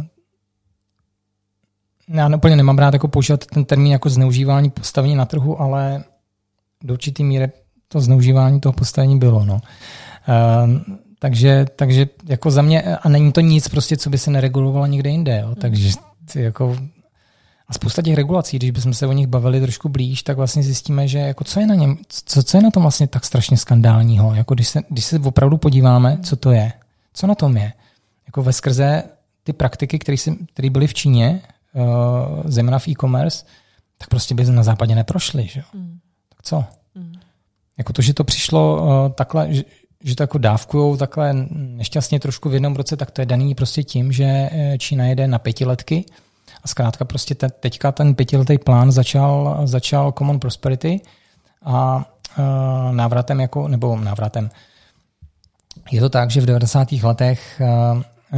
já úplně nemám rád jako používat ten termín jako zneužívání postavení na trhu, ale do určitý míry to zneužívání toho postavení bylo. No. Uh, takže, takže jako za mě, a není to nic prostě, co by se neregulovalo někde jinde. Jo, takže jako a spousta těch regulací, když bychom se o nich bavili trošku blíž, tak vlastně zjistíme, že jako co je na něm, co, co je na tom vlastně tak strašně skandálního. Jako když se, když se opravdu podíváme, co to je, co na tom je. Jako veskrze ty praktiky, které byly v Číně, uh, zejména v e-commerce, tak prostě by na západě neprošly. Že? Mm. Tak co? Mm. Jako to, že to přišlo uh, takhle, že, že to jako dávkujou takhle nešťastně trošku v jednom roce, tak to je daný prostě tím, že Čína jede na pětiletky. A zkrátka prostě te, teďka ten pětiletý plán začal, začal Common Prosperity a uh, návratem jako, nebo návratem. Je to tak, že v devadesátých letech uh, uh,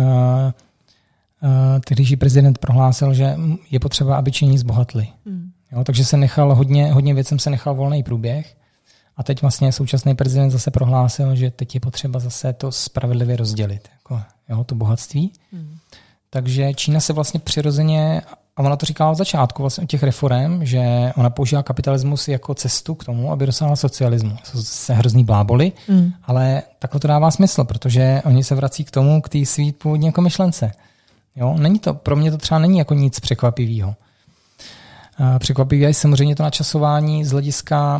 uh, tehdejší prezident prohlásil, že je potřeba, aby Číňani zbohatli. Mm. Jo, takže se nechal hodně, hodně věcem se nechal volný průběh a teď vlastně současný prezident zase prohlásil, že teď je potřeba zase to spravedlivě rozdělit. Jako, jo, to bohatství. Mm. Takže Čína se vlastně přirozeně, a ona to říkala od začátku vlastně od těch reforem, že ona používá kapitalismus jako cestu k tomu, aby dosáhla socialismu. To se hrozný bláboli, mm. ale takhle to dává smysl, protože oni se vrací k tomu, k té svý původní jako myšlence. Jo? Není to, pro mě to třeba není jako nic překvapivého. Překvapivé je samozřejmě to načasování z hlediska,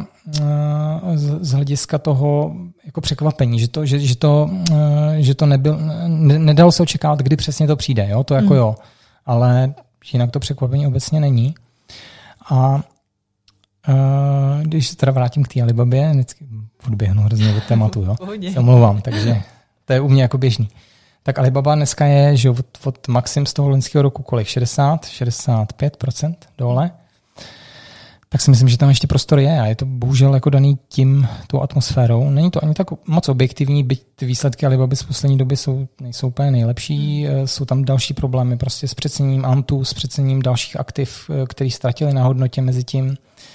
z hlediska toho jako překvapení, že to, že, že to, že to nebyl, ne, nedalo se očekávat, kdy přesně to přijde. Jo? To jako mm. jo, ale jinak to překvapení obecně není. A když se teda vrátím k té Alibabě, vždycky odběhnu hrozně od tématu, jo? Se omlouvám, takže to je u mě jako běžný. Tak Alibaba dneska je, že od, od maxim z toho loňského roku kolik? šedesát, šedesát pět procent dole. Tak si myslím, že tam ještě prostor je a je to bohužel jako daný tím, tou atmosférou. Není to ani tak moc objektivní, byť ty výsledky Alibaby z poslední doby jsou, nejsou úplně nejlepší. Jsou tam další problémy prostě s přeceněním Antu, s přeceněním dalších aktiv, který ztratili na hodnotě mezi tím. Uh,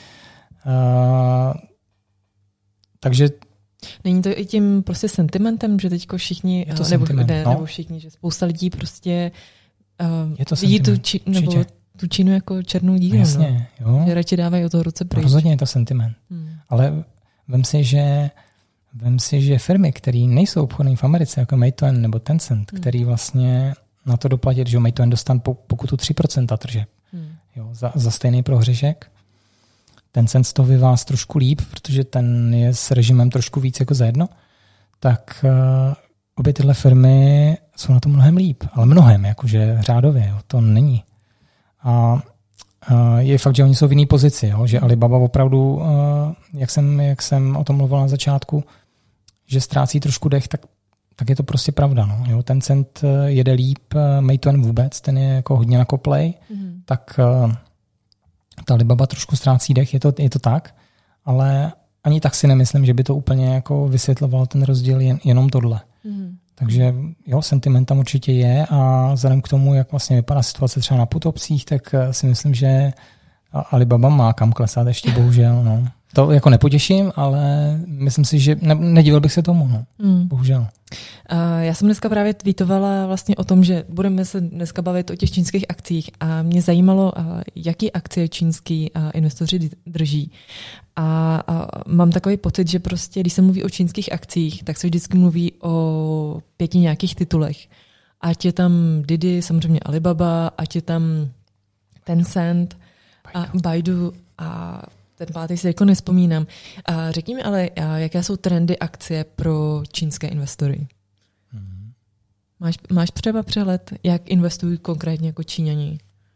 takže není to i tím prostě sentimentem, že teďko všichni, to nebo, ne, no. nebo všichni, že spousta lidí prostě uh, je to vidí tu, či, nebo tu Čínu jako černou díru. Jasně, no. jo. Že radši dávají od toho ruce pryč. Rozhodně je to sentiment. Hmm. Ale vem si, že vem si, že firmy, které nejsou obchodní v Americe, jako Meituan nebo Tencent, hmm. který vlastně na to doplatit, že Meituan dostane pokutu tři procenta tržeb hmm. jo, za, za stejný prohřešek. Tencent z toho vyváz trošku líp, protože ten je s režimem trošku víc jako zajedno, tak uh, obě tyhle firmy jsou na to mnohem líp, ale mnohem, jakože řádově, jo, to není. A uh, je fakt, že oni jsou v jiný pozici, jo, že Alibaba opravdu, uh, jak, jsem, jak jsem o tom mluvil na začátku, že ztrácí trošku dech, tak, tak je to prostě pravda. No, jo. Tencent jede líp, uh, Meituan vůbec, ten je jako hodně na koplej, mm. tak uh, ta Alibaba trošku ztrácí dech, je to, je to tak, ale ani tak si nemyslím, že by to úplně jako vysvětlovalo ten rozdíl jen, jenom tohle. Mm. Takže jo, sentiment tam určitě je a vzhledem k tomu, jak vlastně vypadá situace třeba na putopcích, tak si myslím, že Alibaba má kam klesat ještě, bohužel. No. To jako nepotěším, ale myslím si, že ne, nedivil bych se tomu, no. mm. bohužel. Uh, já jsem dneska právě tweetovala vlastně o tom, že budeme se dneska bavit o těch čínských akcích a mě zajímalo, uh, jaký akcie čínský uh, investoři drží. A, a mám takový pocit, že prostě, když se mluví o čínských akcích, tak se vždycky mluví o pěti nějakých titulech. Ať je tam Didi, samozřejmě Alibaba, ať je tam Tencent, A Baidu a ten pátý si jako nespomínám. A řekni mi ale, jaké jsou trendy akcie pro čínské investory? Hmm. Máš, máš třeba přehled, jak investují konkrétně jako Číňani?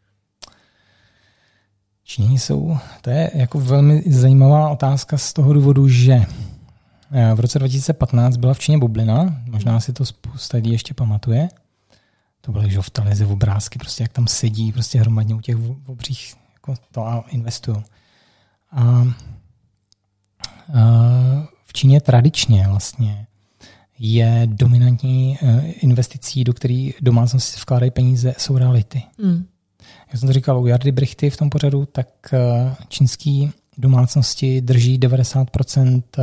Číňani jsou, to je jako velmi zajímavá otázka z toho důvodu, že v roce dva tisíce patnáct byla v Číně bublina, možná si to spousta lidí ještě pamatuje. To byly že v televizi obrázky, prostě jak tam sedí prostě hromadně u těch obřích jako to a investují. A, a v Číně tradičně vlastně je dominantní investicí, do které domácnosti vkládají peníze, jsou reality. Mm. Jak jsem to říkal u Jardy Brichty v tom pořadu, tak čínský domácnosti drží devadesát procent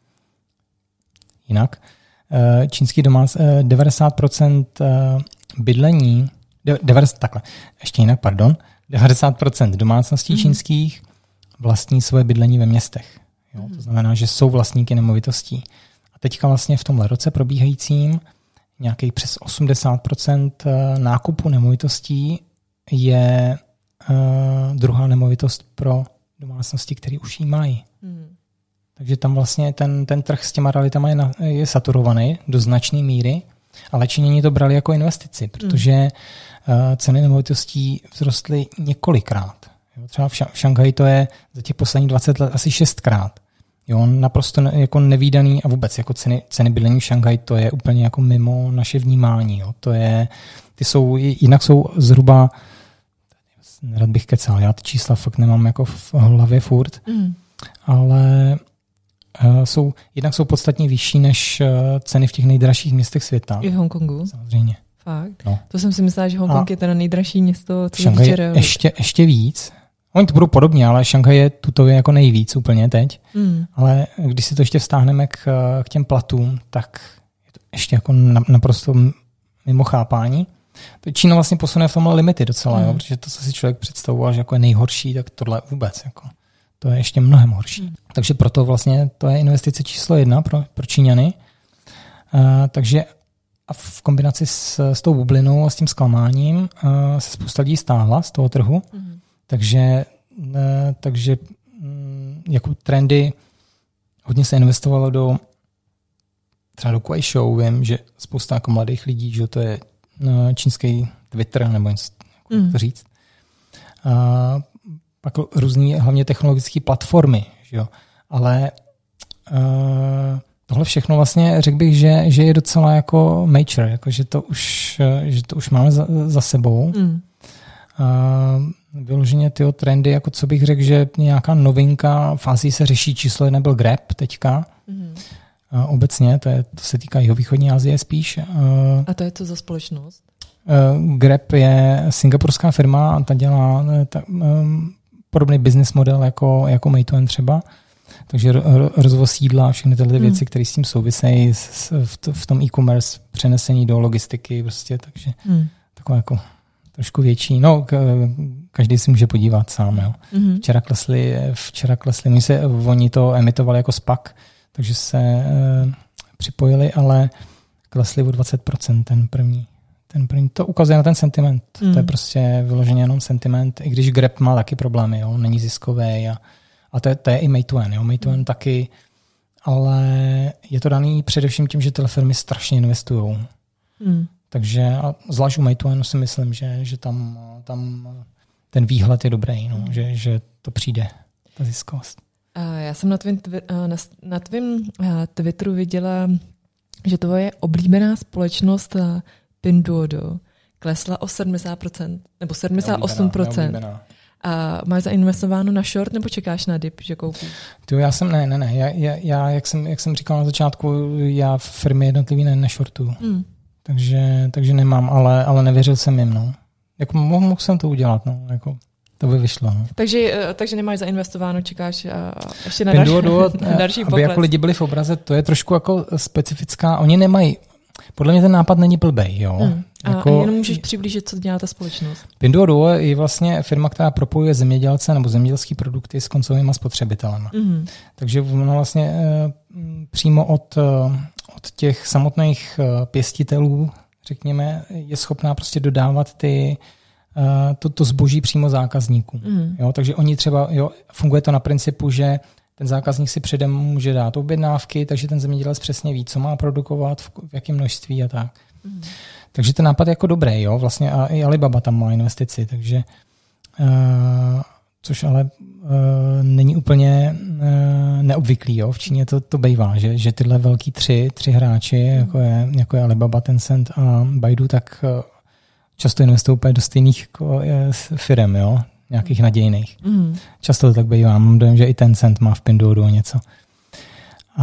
jinak. Čínský domác, devadesát procent bydlení, devadesát, takhle, ještě jinak, pardon, devadesát procent domácností mm. čínských vlastní svoje bydlení ve městech. Jo? To znamená, že jsou vlastníky nemovitostí. A teďka vlastně v tomhle roce probíhajícím nějakých přes osmdesát procent nákupu nemovitostí je uh, druhá nemovitost pro domácnosti, které už ji mají. Hmm. Takže tam vlastně ten, ten trh s těma realitama je, na, je saturovaný do značné míry, ale Číňani to brali jako investici, protože hmm. uh, ceny nemovitostí vzrostly několikrát. Jo, třeba v, ša- v Šanghaji to je za těch posledních dvacet let asi šestkrát. Jo, naprosto ne, jako nevídaný a vůbec jako ceny, ceny bydlení v Šanghaji to je úplně jako mimo naše vnímání. Jo. To je, ty jsou, jinak jsou zhruba, nerad bych kecal, já ty čísla fakt nemám jako v hlavě furt, mm. ale uh, jsou, jednak jsou podstatně vyšší než uh, ceny v těch nejdražších městech světa. I v Hongkongu? Samozřejmě. Fakt? No. To jsem si myslela, že Hongkong a je teda nejdražší město. Šanghaj je ještě, ještě víc. Oni to budou podobně, ale Šanghaj je tutově jako nejvíc úplně teď. Mm. Ale když si to ještě vztáhneme k, k těm platům, tak je to ještě jako naprosto mimo chápání. Čína vlastně posune v tomhle limity docela, mm. jo, protože to, co si člověk představoval, že jako je nejhorší, tak tohle vůbec. Jako, to je ještě mnohem horší. Mm. Takže proto vlastně to je investice číslo jedna pro, pro Číňany. Uh, takže a v kombinaci s, s tou bublinou a s tím zklamáním uh, se spousta lidí stáhla z toho trhu. Mm. Takže, uh, takže um, jako trendy hodně se investovalo do třeba do Kuaishou. Vím, že spousta jako mladých lidí, že to je čínský Twitter, nebo něco mm. to říct. A pak různý, hlavně technologické platformy, že jo. Ale uh, tohle všechno vlastně řekl bych, že, že je docela jako mature, jako že to už, že to už máme za, za sebou. Mm. Uh, vyloženě tyho trendy, jako co bych řekl, že nějaká novinka, v Asii se řeší číslo jedna byl Grab teďka. Mm. Uh, obecně, to, je, to se týká jihovýchodní Asie spíš. Uh, a to je co za společnost? Uh, Grab je singapurská firma a ta dělá ta, um, podobný business model jako, jako Meituan třeba. Takže ro, rozvoz sídla a všechny tyhle hmm. věci, které s tím souvisejí v, v tom e-commerce, přenesení do logistiky, prostě, takže hmm. takové jako trošku větší. No, každý si může podívat sám. Jo. Hmm. Včera klesli, včera klesli, oni, se, oni to emitovali jako SPAC, takže se e, připojili, ale klesli o dvacet procent ten první. Ten první. To ukazuje na ten sentiment. Mm. To je prostě vyloženě jenom sentiment, i když Grab má taky problémy, jo? Není ziskový. A, a to, je, to je i Meituan. Jo? Meituan mm. taky, ale je to daný především tím, že tyhle firmy strašně investují. Mm. Takže a zvlášť u Meituanu si myslím, že, že tam, tam ten výhled je dobrý, no? mm. že, že to přijde, ta ziskovost. Já jsem na tvým, na, na tvým Twitteru viděla, že to je oblíbená společnost Pinduoduo. Klesla o sedmdesát procent, nebo sedmdesát osm procent. Neoblíbená. A máš zainvestováno na short, nebo čekáš na dip, že koupíš? Ty, já jsem, ne, ne, ne. Já, já, já jak, jsem, jak jsem říkal na začátku, já firmy jednotlivý ne, nešortuju. Hmm. Takže, takže nemám, ale, ale nevěřil jsem jim, no. Jako mohl, mohl jsem to udělat, no. Jako, to by vyšlo. No. Takže, takže nemáš zainvestováno, čekáš ještě na, další, na další pokles. Aby jako lidi byli v obraze, to je trošku jako specifická. Oni nemají, podle mě ten nápad není blbej, jo. Hmm. A, jako, a jenom můžeš přiblížit, co dělá ta společnost. Pinduoduo je vlastně firma, která propojuje zemědělce nebo zemědělské produkty s koncovými spotřebitelemi. Mm. Takže ona vlastně e, přímo od, od těch samotných pěstitelů, řekněme, je schopná prostě dodávat ty to, to zboží přímo zákazníkům. Mm. Jo, takže oni třeba, jo, funguje to na principu, že ten zákazník si předem může dát objednávky, takže ten zemědělec přesně ví, co má produkovat, v, v jakém množství a tak. Mm. Takže ten nápad je jako dobrý, jo, vlastně a i Alibaba tam má investici, takže uh, což ale uh, není úplně uh, neobvyklý, jo, v Číně to, to bývá, že, že tyhle velký tři, tři hráči, mm. jako, je, jako je Alibaba, Tencent a Baidu, tak uh, často investují úplně do stejných jako, firem, jo, nějakých nadějných. Mm. Často to tak bývá. Mám dojem, že i Tencent má v Pinduoduo něco. A,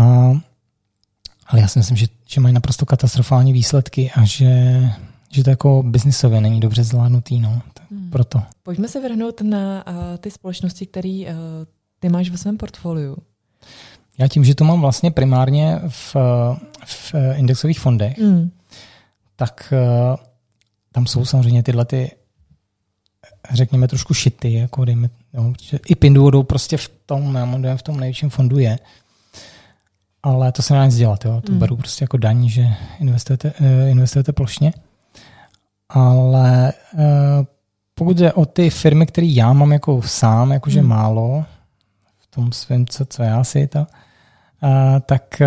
ale já si myslím, že, že mají naprosto katastrofální výsledky a že, že to jako biznisově není dobře zvládnutý. No. Mm. Proto. Pojďme se vrhnout na uh, ty společnosti, které uh, ty máš ve svém portfoliu. Já tím, že to mám vlastně primárně v, v indexových fondech, mm. tak uh, tam jsou samozřejmě tyhle ty, řekněme, trošku šity, jako dejme, no, i Pinduoduo prostě v tom, já mám dojem, v tom největším fondu je, ale to se nedá nic dělat, jo. To mm. beru prostě jako daň, že investujete, investujete plošně, ale pokud jde o ty firmy, které já mám jako sám, jakože mm. málo, v tom svém, co, co já si to, tak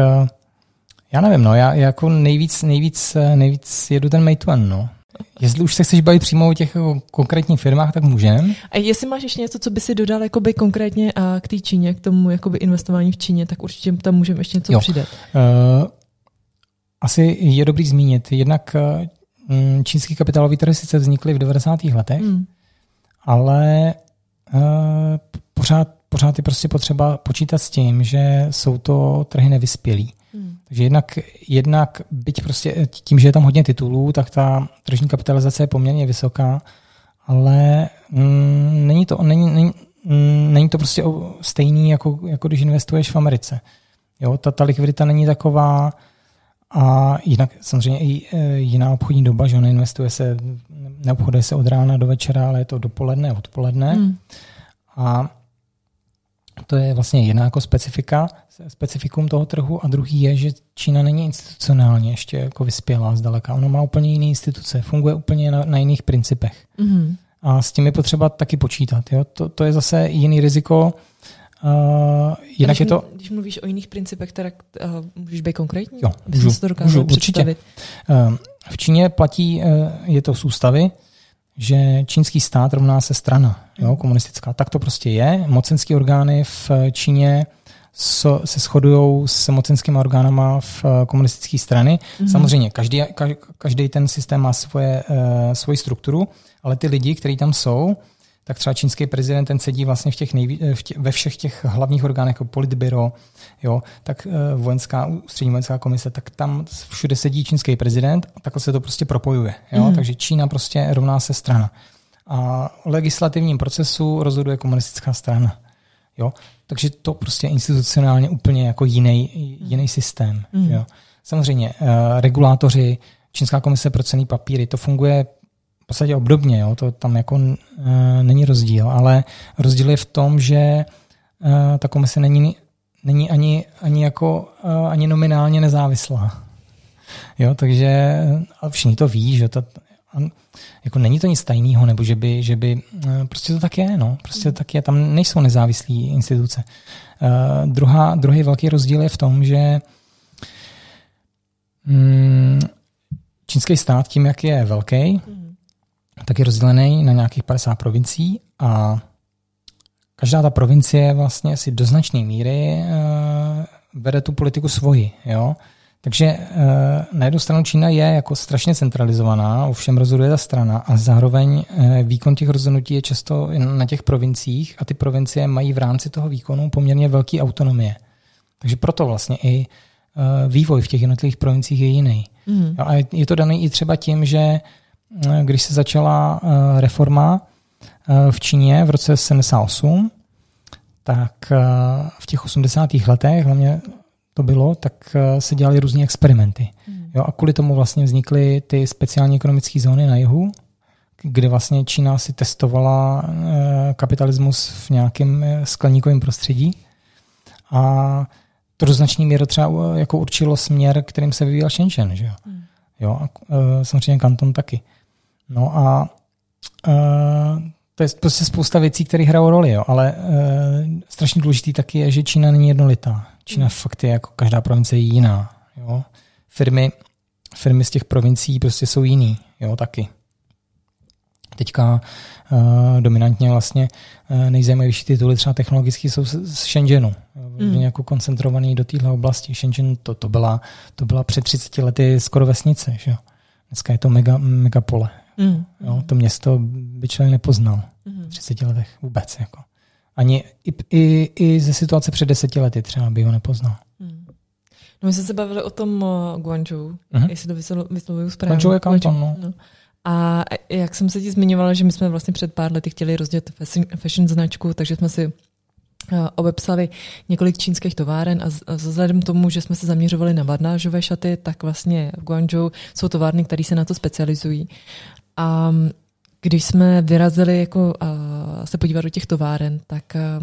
já nevím, no, já jako nejvíc, nejvíc, nejvíc jedu ten Meituan, no. Jestli už se chceš bavit přímo o těch konkrétních firmách, tak můžeme. A jestli máš ještě něco, co by si dodal jakoby konkrétně a k té Číně, k tomu jakoby investování v Číně, tak určitě tam můžeme ještě něco jo. přidat. Uh, asi je dobrý zmínit. Jednak uh, čínský kapitálový trhy sice vznikly v devadesátých letech, mm. ale uh, pořád, pořád je prostě potřeba počítat s tím, že jsou to trhy nevyspělý. Hmm. Takže jednak, jednak byť prostě tím, že je tam hodně titulů, tak ta tržní kapitalizace je poměrně vysoká, ale mm, není, to, není, není, mm, není to prostě stejný, jako, jako když investuješ v Americe. Jo, ta, ta likvidita není taková a jinak samozřejmě i jiná obchodní doba, že neinvestuje se, neobchoduje se od rána do večera, ale je to dopoledne, odpoledne. Hmm. A to je vlastně jedna jako specifika, specifikum toho trhu a druhý je, že Čína není institucionálně ještě jako vyspělá zdaleka. Ona má úplně jiné instituce, funguje úplně na, na jiných principech. Mm-hmm. A s tím je potřeba taky počítat. Jo? To, to je zase jiný riziko. Uh, jinak když, je to... když mluvíš o jiných principech, tak uh, můžeš být konkrétní? Jo, můžu, se to můžu určitě. Uh, v Číně platí, uh, je to z ústavy, že čínský stát rovná se strana, jo, komunistická. Tak to prostě je. Mocenské orgány v Číně so, se shodují s mocenskými orgánama v komunistické strany. Mm-hmm. Samozřejmě, každý, každý ten systém má svoje, uh, svoji strukturu, ale ty lidi, kteří tam jsou, tak třeba čínský prezident, ten sedí vlastně v těch nejví, v tě, ve všech těch hlavních orgánech, jako politbyro, jo, tak uh, vojenská, ústřední vojenská komise, tak tam všude sedí čínský prezident a takhle se to prostě propojuje. Jo? Mm. Takže Čína prostě rovná se strana. A o legislativním procesu rozhoduje komunistická strana. Jo? Takže to prostě je institucionálně úplně jako jiný, jiný systém. Mm. Jo? Samozřejmě uh, regulátoři, Čínská komise pro cenný papíry, to funguje v podstatě obdobně, jo? To tam jako uh, není rozdíl, ale rozdíl je v tom, že uh, ta komise není, není ani, ani, jako, uh, ani nominálně nezávislá. Jo? Takže všichni to ví, že to, jako není to nic tajného, nebo že by, že by uh, prostě to tak je, no. Prostě to tak je, tam nejsou nezávislé instituce. Uh, druhá, druhý velký rozdíl je v tom, že um, čínský stát tím, jak je velký, tak je rozdělený na nějakých padesát provincií a každá ta provincie vlastně si do značné míry uh, vede tu politiku svoji. Jo? Takže uh, na jednu stranu Čína je jako strašně centralizovaná, ovšem rozhoduje ta strana a zároveň uh, výkon těch rozhodnutí je často na těch provinciích a ty provincie mají v rámci toho výkonu poměrně velké autonomie. Takže proto vlastně i uh, vývoj v těch jednotlivých provinciích je jiný. Mm. Jo, a je, je to daný i třeba tím, že když se začala reforma v Číně v roce sedmdesát osm, tak v těch osmdesátých letech, hlavně to bylo, tak se dělaly různé experimenty. Hmm. Jo, a kvůli tomu vlastně vznikly ty speciální ekonomické zóny na jihu, kde vlastně Čína si testovala kapitalismus v nějakém skleníkovém prostředí. A to do značné míry třeba jako určilo směr, kterým se vyvíjel Shenzhen. Že jo? Hmm. Jo, a samozřejmě Kanton taky. No a uh, to je prostě spousta věcí, které hrajou roli, jo, ale uh, strašně důležitý taky je, že Čína není jednolitá. Čína fakt je jako každá provincie je jiná. Jo. Firmy, firmy z těch provincií prostě jsou jiný, jo, taky. Teďka uh, dominantně vlastně uh, nejzajímavější tituly třeba technologické jsou z, z Shenzhenu. Mm. Jako koncentrovaný do téhle oblasti. Shenzhen to, to, byla, to byla před třiceti lety skoro vesnice. Že? Dneska je to mega, megapole. Mm. Jo, to město by člověk nepoznal mm. v třiceti letech vůbec. Jako. Ani i, i, i ze situace před deseti lety třeba by ho nepoznal. Mm. No my jsme se bavili o tom uh, Guangzhou, mm-hmm. jestli to vyslovuju správně. Guangzhou je kanton, no. no. A jak jsem se ti zmiňovala, že my jsme vlastně před pár lety chtěli rozdělit fashion, fashion značku, takže jsme si uh, obepsali několik čínských továren a, z, a vzhledem tomu, že jsme se zaměřovali na varnážové šaty, tak vlastně v Guangzhou jsou továrny, které se na to specializují. A když jsme vyrazili jako, uh, se podívat do těch továren, tak uh,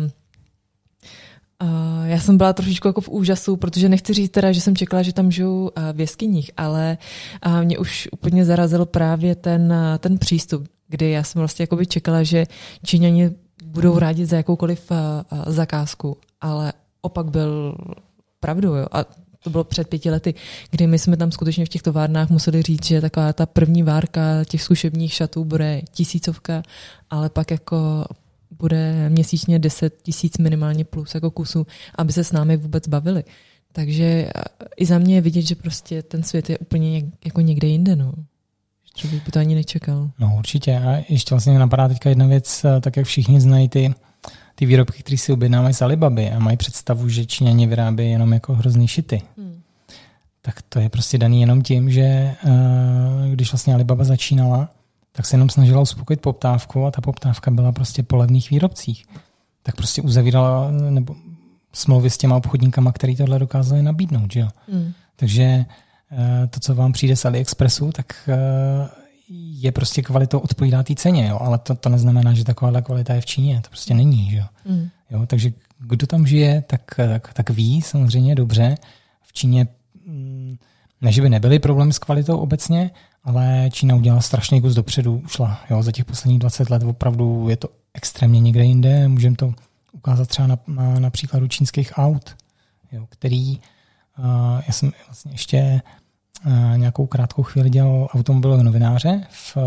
uh, já jsem byla trošičku jako v úžasu, protože nechci říct teda, že jsem čekala, že tam žijou uh, v jeskyních, ale uh, mě už úplně zarazil právě ten, uh, ten přístup, kdy já jsem vlastně jakoby čekala, že Číňani budou rádi za jakoukoliv uh, uh, zakázku, ale opak byl pravdou. Jo? A to bylo před pěti lety, kdy my jsme tam skutečně v těch továrnách museli říct, že taková ta první várka těch zkušebních šatů bude tisícovka, ale pak jako bude měsíčně deset tisíc minimálně plus jako kusů, aby se s námi vůbec bavili. Takže i za mě je vidět, že prostě ten svět je úplně jako někde jinde. No. Člověk by to ani nečekal. No určitě. A ještě vlastně napadá teďka jedna věc, tak jak všichni znají ty ty výrobky, které si objednávají z Alibaby a mají představu, že Číňani vyrábějí jenom jako hrozný šity. Hmm. Tak to je prostě daný jenom tím, že uh, když vlastně Alibaba začínala, tak se jenom snažila uspokojit poptávku a ta poptávka byla prostě po levných výrobcích. Tak prostě uzavírala nebo smlouvy s těma obchodníkama, který tohle dokázali nabídnout. Že jo? Hmm. Takže uh, to, co vám přijde z AliExpressu, tak uh, je prostě kvalitou odpovídá té ceně, jo? Ale to, to neznamená, že taková kvalita je v Číně. To prostě není. Že jo? Mm. Jo? Takže kdo tam žije, tak, tak, tak ví samozřejmě dobře. V Číně ne, že by nebyly problémy s kvalitou obecně, ale Čína udělala strašný kus dopředu. Ušla, jo? Za těch posledních dvacet let opravdu je to extrémně někde jinde. Můžeme to ukázat třeba na, na, na příkladu čínských aut, jo? Který uh, já jsem vlastně ještě Uh, nějakou krátkou chvíli dělal automobilového novináře v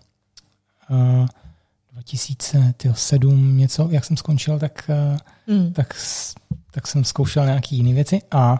uh, dva tisíce sedm něco, jak jsem skončil, tak, uh, mm. tak, tak jsem zkoušel nějaké jiné věci a,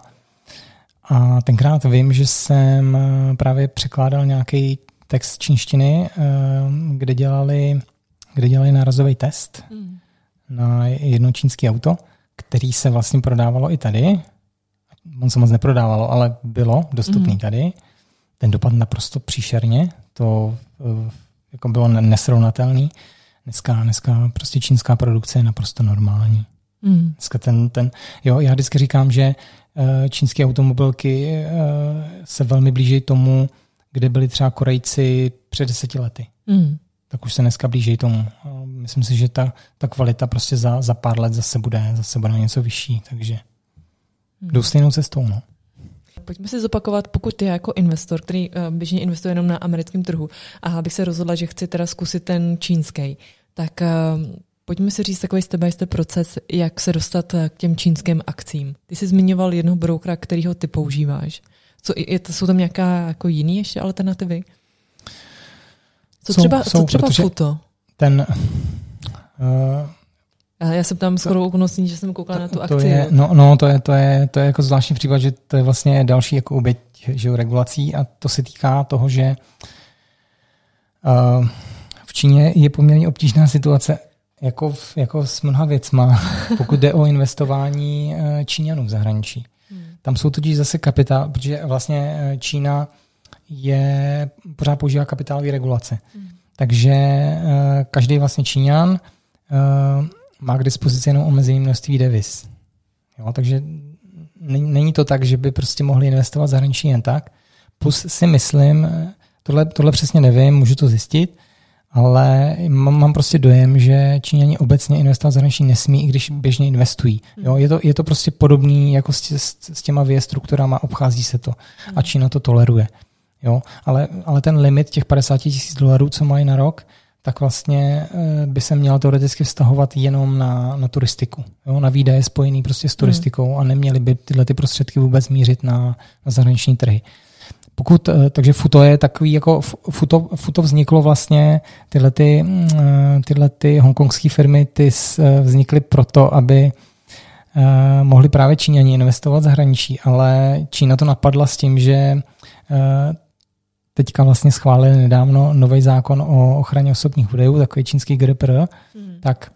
a tenkrát vím, že jsem právě překládal nějaký text z čínštiny, uh, kde dělali, kde dělali nárazový test mm. na jedno čínské auto, který se vlastně prodávalo i tady. On se moc neprodávalo, ale bylo dostupný mm. tady. Ten dopad naprosto příšerně. To uh, jako bylo nesrovnatelný. Dneska, dneska prostě čínská produkce je naprosto normální. Mm. Dneska ten, ten, jo, já vždycky říkám, že uh, čínské automobilky uh, se velmi blíží tomu, kde byli třeba Korejci před deseti lety. Mm. Tak už se dneska blíží tomu. Myslím si, že ta, ta kvalita prostě za, za pár let zase bude, zase bude něco vyšší. Takže jdou stejnou cestou, no. Pojďme si zopakovat, pokud já jako investor, který běžně investuje jenom na americkém trhu a bych se rozhodla, že chci teda zkusit ten čínský, tak uh, pojďme si říct takový step by step proces, jak se dostat k těm čínským akcím. Ty jsi zmiňoval jednoho brokera, kterýho ty používáš. Co, je, jsou tam nějaká jako jiný ještě alternativy? Co jsou, třeba, jsou, co třeba Futo? Ten... Uh, Já jsem tam skoro okolností, že jsem koukala na tu akci. To je, no, no to, je, to, je, to je jako zvláštní případ, že to je vlastně další jako oběť že, regulací a to se týká toho, že uh, v Číně je poměrně obtížná situace jako, v, jako s mnoha věcma, pokud jde o investování uh, Číňanů v zahraničí. Hmm. Tam jsou totiž zase kapitál, protože vlastně Čína je, pořád používá kapitálové regulace. Hmm. Takže uh, každý vlastně Číňan uh, má k dispozici jenom omezené množství deviz. Jo, takže není to tak, že by prostě mohli investovat zahraničí jen tak. Plus si myslím, tohle, tohle přesně nevím, můžu to zjistit, ale mám, mám prostě dojem, že Číňani obecně investovat zahraničí nesmí, i když běžně investují. Jo, je, to, je to prostě podobný jako s, tě, s těma V strukturama, obchází se to a Čína to toleruje. Jo, ale, ale ten limit těch padesát tisíc dolarů, co mají na rok, tak vlastně by se měla teoreticky vztahovat jenom na, na turistiku. Jo? Na výdaje spojený prostě s turistikou a neměly by tyhle ty prostředky vůbec mířit na, na zahraniční trhy. Pokud, takže Futo je takový, jako Futo, Futo vzniklo vlastně, tyhle, ty, tyhle ty hongkongské firmy ty vznikly proto, aby mohli právě Číňani investovat v zahraničí, ale Čína to napadla s tím, že teďka vlastně schválili nedávno nový zákon o ochraně osobních údajů, takový čínský G D P R, hmm. tak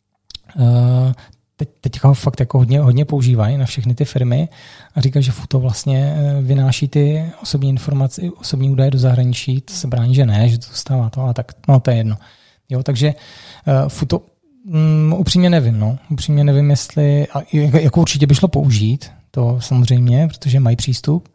teď, teďka ho fakt jako hodně, hodně používají na všechny ty firmy a říkají, že Futo vlastně vynáší ty osobní informace, osobní údaje do zahraničí, to se brání, že ne, že to stává to, ale tak, no to je jedno. Jo, takže Futo um, upřímně nevím, no, upřímně nevím, jestli, a jako určitě by šlo použít, to samozřejmě, protože mají přístup,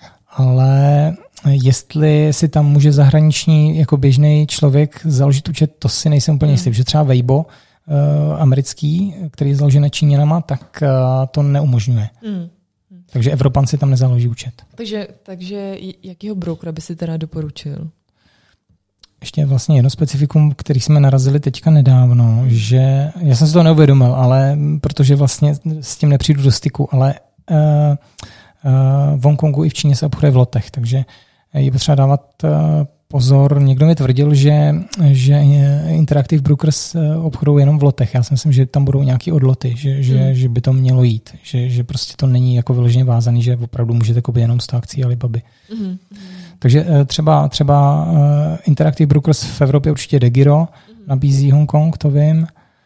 ale jestli si tam může zahraniční jako běžný člověk založit účet, to si nejsem úplně jistý, hmm. že třeba Weibo uh, americký, který je založen na Číňanama, tak uh, to neumožňuje. Hmm. Takže Evropan si tam nezaloží účet. Takže, takže jakýho brokera by si teda doporučil? Ještě vlastně jedno specifikum, který jsme narazili teďka nedávno, že já jsem si to neuvědomil, ale protože vlastně s tím nepřijdu do styku, ale uh, uh, v Hongkongu i v Číně se obchoduje v lotech, takže je potřeba dávat uh, pozor. Někdo mi tvrdil, že, že Interactive Brokers obchodují jenom v lotech. Já si myslím, že tam budou nějaký odloty, že, hmm. že, že by to mělo jít, že, že prostě to není jako vyloženě vázaný, že opravdu můžete koupit jenom sto akcí Alibaby. Hmm. Takže třeba, třeba Interactive Brokers v Evropě určitě DeGiro nabízí Hongkong, to vím.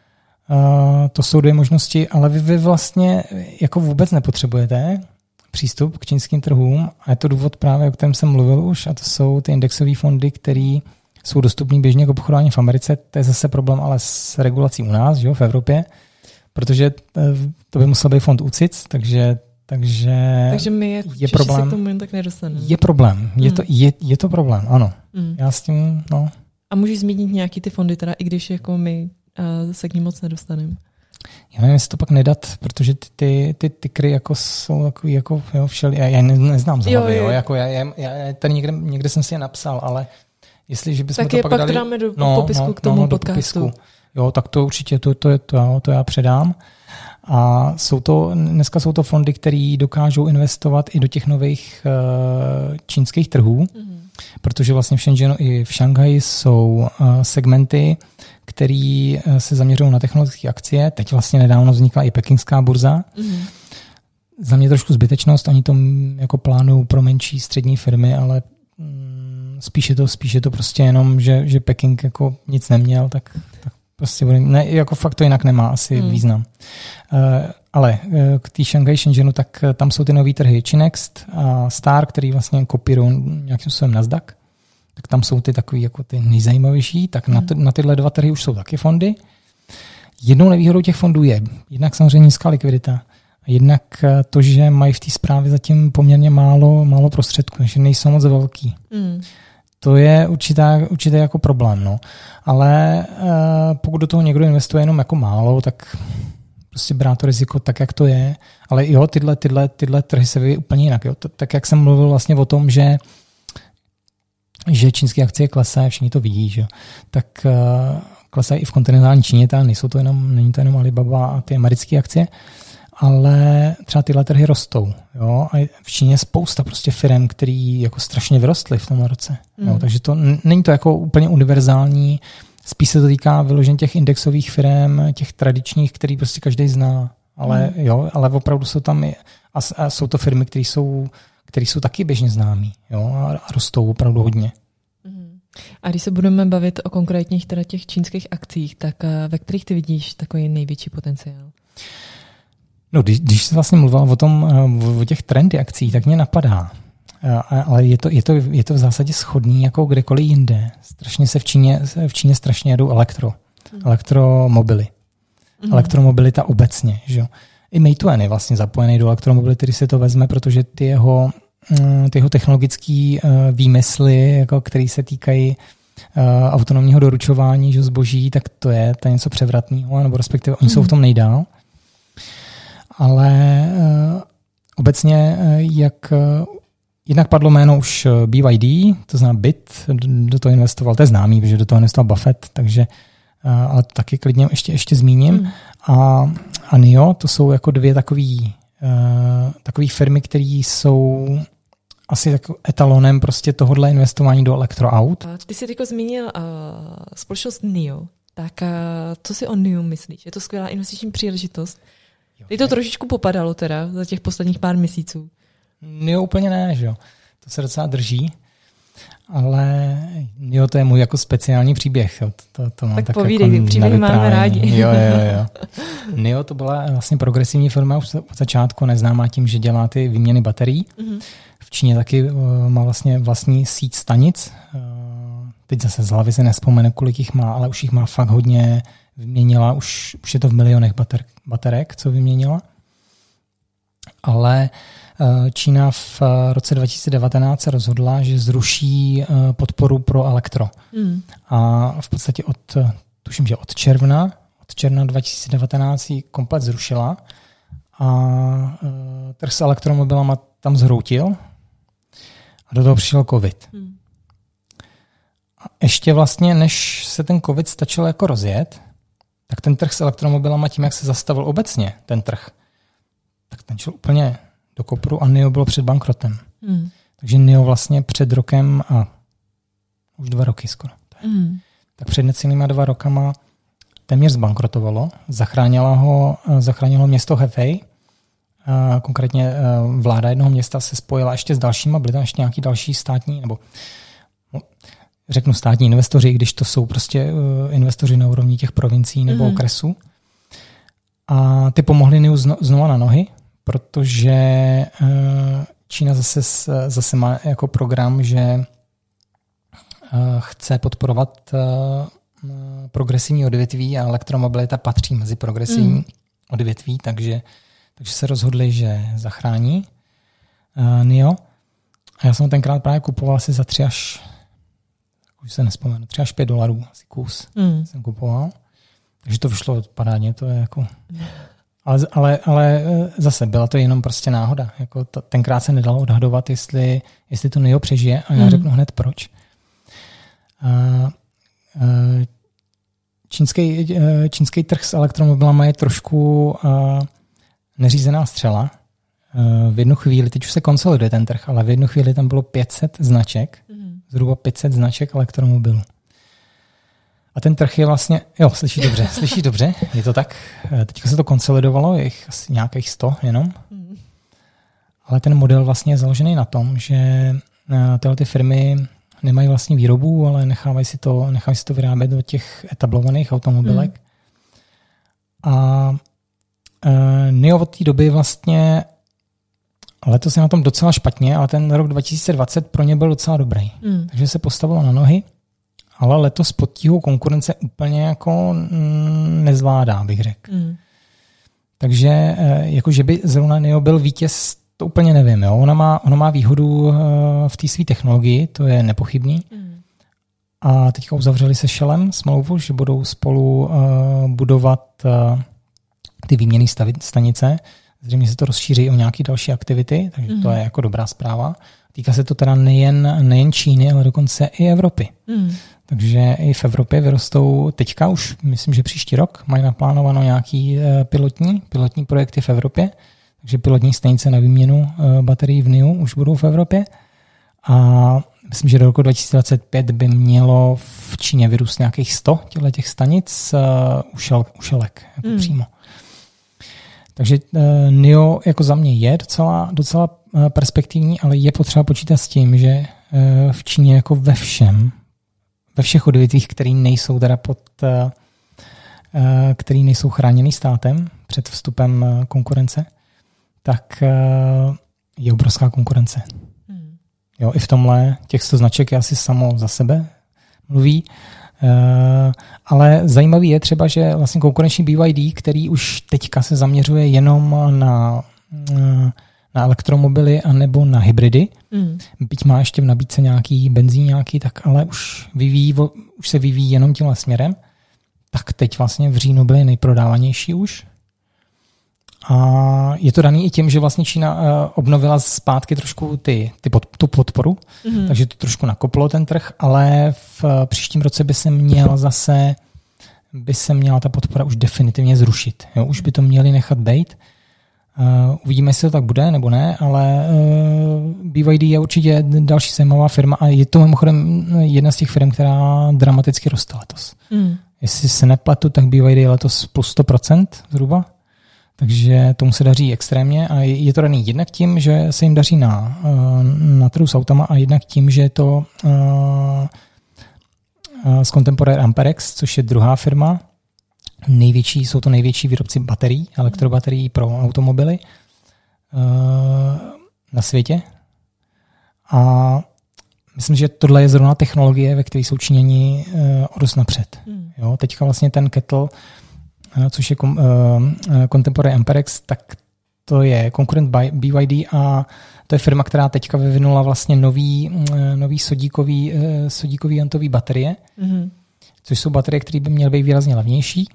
To jsou dvě možnosti, ale vy, vy vlastně jako vůbec nepotřebujete přístup k čínským trhům a je to důvod právě, o kterém jsem mluvil už, a to jsou ty indexové fondy, které jsou dostupné běžně k obchodování v Americe. To je zase problém ale s regulací u nás, že jo, v Evropě, protože to by musel být fond U C I C, takže Takže, Takže my je, je problém, se k tomu jen tak nedostaneme. Je problém, je, hmm. to, je, je to problém, ano. Hmm. Já s tím, no. A můžeš zmínit nějaký ty fondy, teda i když jako my uh, se k ním moc nedostaneme? Já nevím, jestli to pak nedat, protože ty, ty, ty tykry jako jsou takový jako jo, všeli, já, já ne, neznám z hlavy, jo, jo. Jako já, já, já tady někde, někde jsem si je napsal, ale jestli, že bychom tak to pak, pak dali... dáme do no, popisku no, k tomu no, podcastu. Do popisku. Jo, tak to určitě, to, to, to, to já předám. A jsou to, dneska jsou to fondy, které dokážou investovat i do těch nových uh, čínských trhů, mm-hmm. protože vlastně v Shenzhenu i v Šanghaji jsou uh, segmenty, které uh, se zaměřují na technologické akcie. Teď vlastně nedávno vznikla i pekingská burza. Mm-hmm. Za mě trošku zbytečnost, oni to jako plánují pro menší střední firmy, ale um, spíše to, spíše to prostě jenom, že, že Peking jako nic neměl, tak, tak prostě bude, ne, jako fakt to jinak nemá asi hmm. význam. Uh, ale uh, k té Shanghai Shenzhenu, tak uh, tam jsou ty nový trhy Chinext a Star, který vlastně kopírují nějakým způsobem Nasdaq. Tak tam jsou ty takový jako ty nejzajímavější, tak hmm. na, ty, na tyhle dva trhy už jsou taky fondy. Jednou nevýhodou těch fondů je jednak samozřejmě nízká likvidita, a jednak uh, to, že mají v té správě zatím poměrně málo, málo prostředků, že nejsou moc velký. Hmm. To je určitá, určitě jako problém, no. Ale uh, pokud do toho někdo investuje jenom jako málo, tak prostě brát to riziko tak, jak to je. Ale jo, tyhle, tyhle, tyhle trhy se vyvíjí úplně jinak. Jo. Tak, jak jsem mluvil vlastně o tom, že, že čínské akcie klesají, všichni to vidí, že? Tak uh, klesají i v kontinentální Číně, ta, nejsou to jenom, není to jenom Alibaba a ty americké akcie, ale třeba tyhle trhy rostou. Jo? A v Číně je spousta prostě firem, který jako strašně vyrostly v tom roce. Mm. Jo? Takže to není to jako úplně univerzální, spíš se to týká vyložení těch indexových firem, těch tradičních, který prostě každý zná. Ale mm. jo, ale opravdu jsou tam i, a, a jsou to firmy, které jsou, které jsou taky běžně známý, jo? A, a rostou opravdu hodně. Mm. A když se budeme bavit o konkrétních teda těch čínských akcích, tak ve kterých ty vidíš takový největší potenciál? No, když, když jsi vlastně mluvil o tom, o těch trendy akcí, tak mě napadá. Ale je to, je to, je to v zásadě shodný jako kdekoliv jinde. Strašně se v Číně, v Číně strašně jedou elektro. Mm. Elektromobily. Mm. Elektromobilita obecně. Že? I Meituan je vlastně zapojený do elektromobility, když se to vezme, protože ty jeho, ty jeho technologické výmysly, jako, které se týkají autonomního doručování, že zboží, tak to je, to je něco převratného, nebo respektive oni mm. jsou v tom nejdál. Ale uh, obecně, uh, jak uh, jednak padlo jméno už B Y D, to znamená B I T, do toho investoval, to je známý, protože do toho investoval Buffett, takže ale to taky klidně ještě, ještě zmíním. Hmm. A, a N I O, to jsou jako dvě takové uh, takový firmy, které jsou asi jako etalonem prostě tohohle investování do elektroaut. Ty jsi jako zmínil uh, společnost N I O, tak uh, co si o N I O myslíš? Je to skvělá investiční příležitost? Teď to trošičku popadalo teda za těch posledních pár měsíců. N I O úplně ne, že jo. To se docela drží. Ale jo, to je můj jako speciální příběh. Jo. To, to mám tak tak povídej, jako příběhy máme rádi. Jo, jo, jo. N I O to byla vlastně progresivní firma už od začátku, neznámá tím, že dělá ty výměny baterií. Mm-hmm. V Číně taky uh, má vlastně vlastní síť stanic. Uh, teď zase z hlavy se nespomenu, kolik jich má, ale už jich má fakt hodně. Vyměnila, už, už je to v milionech bater, baterek, co vyměnila. Ale Čína v roce dva tisíce devatenáct se rozhodla, že zruší podporu pro elektro. Mm. A v podstatě od, tuším, že od června, od června dva tisíce devatenáct ji komplet zrušila a trh s elektromobilama tam zhroutil a do toho přišel covid. Mm. A ještě vlastně, než se ten covid stačil jako rozjet, tak ten trh s elektromobilama tím, jak se zastavil obecně ten trh, tak ten šel úplně do kopru a N I O bylo před bankrotem. Mm. Takže N I O vlastně před rokem a už dva roky skoro. Mm. Tak před necelýma dva rokama téměř zbankrotovalo. Zachránilo ho, zachránilo město Hefei. A konkrétně vláda jednoho města se spojila ještě s dalšíma, byly tam ještě nějaký další státní, nebo no, řeknu státní investoři, když to jsou prostě investoři na úrovni těch provincií nebo mm. okresů. A ty pomohly N I O znova na nohy, protože Čína zase, zase má jako program, že chce podporovat progresivní odvětví a elektromobilita patří mezi progresivní mm. odvětví, takže, takže se rozhodli, že zachrání N I O. A já jsem tenkrát právě kupoval asi za tři až, už se nespomenu, tři až pět dolarů asi kus mm. jsem kupoval. Takže to vyšlo parádně, to je jako... Ale, ale, ale zase byla to jenom prostě náhoda. Jako to, tenkrát se nedalo odhadovat, jestli, jestli to N I O přežije a já mm. řeknu hned proč. A, a, čínský, čínský trh s elektromobilama je trošku a, neřízená střela. A, v jednu chvíli, teď už se konsoliduje ten trh, ale v jednu chvíli tam bylo pět set značek, mm. zhruba pět set značek elektromobilů. A ten trh je vlastně, jo, slyšíš dobře, slyšíš dobře, je to tak. Teďka se to konsolidovalo, je jich asi nějakých sto jenom. Mm. Ale ten model vlastně je založený na tom, že tyhle ty firmy nemají vlastní výrobu, ale nechávají si to, nechávají si to vyrábět do těch etablovaných automobilek. Mm. A N I O od té doby vlastně, letos je na tom docela špatně, ale ten rok dva tisíce dvacet pro ně byl docela dobrý. Mm. Takže se postavilo na nohy. Ale letos pod tíhou konkurence úplně jako nezvládá, bych řekl. Mm. Takže jako, že by zrovna N I O byl vítěz, to úplně nevím. Jo? Ona, má, ona má výhodu v té své technologii, to je nepochybný. Mm. A teďka uzavřeli se Shellem smlouvu, že budou spolu budovat ty výměnné stanice. Zřejmě se to rozšíří o nějaké další aktivity, takže mm. to je jako dobrá zpráva. Týká se to teda nejen, nejen Číny, ale dokonce i Evropy. Mm. Takže i v Evropě vyrostou teďka už, myslím, že příští rok mají naplánováno nějaký pilotní, pilotní projekty v Evropě. Takže pilotní stanice na výměnu baterií v N I O už budou v Evropě. A myslím, že do roku dva tisíce dvacet pět by mělo v Číně vyrůst nějakých sto těch stanic ušel, ušelek jako mm. přímo. Takže N I O jako za mě je docela, docela perspektivní, ale je potřeba počítat s tím, že v Číně jako ve všem, ve všech odvětvích, které nejsou teda pod, který nejsou chráněný státem před vstupem konkurence, tak je obrovská konkurence. Hmm. Jo, i v tomhle těch sto značek je asi samo za sebe mluví. Ale zajímavý je třeba, že vlastně konkurenční B Y D, který už teďka se zaměřuje jenom na, na elektromobily anebo na hybridy, mm. byť má ještě v nabídce nějaký benzín nějaký, tak ale už, vyvíjí, už se vyvíjí jenom tímhle směrem, tak teď vlastně v říjnu byly nejprodávanější už. A je to daný i tím, že vlastně Čína obnovila zpátky trošku ty, ty pod, tu podporu, mm-hmm. takže to trošku nakoplo ten trh, ale v příštím roce by se měl zase by se měla ta podpora už definitivně zrušit. Jo? Už by to měli nechat bejt. Uh, uvidíme, jestli to tak bude nebo ne, ale uh, B Y D je určitě další zajímavá firma a je to mimochodem jedna z těch firm, která dramaticky roste letos. Mm. Jestli se nepletu, tak B Y D je letos plus sto procent zhruba, takže tomu se daří extrémně a je to daný jednak tím, že se jim daří na, uh, na trhu s autama a jednak tím, že je to uh, uh, z Contemporary Amperex, což je druhá firma. Největší, jsou to největší výrobci baterií, elektrobaterií pro automobily uh, na světě. A myslím, že tohle je zrovna technologie, ve které jsou Číňani uh, o dost napřed. Hmm. Jo, teďka vlastně ten Kettle, uh, což je kom, uh, Contemporary Amperex, tak to je konkurent B Y D a to je firma, která teďka vyvinula vlastně nový, uh, nový sodíkový, uh, sodíkový jantový baterie, hmm. což jsou baterie, které by měly být výrazně levnější.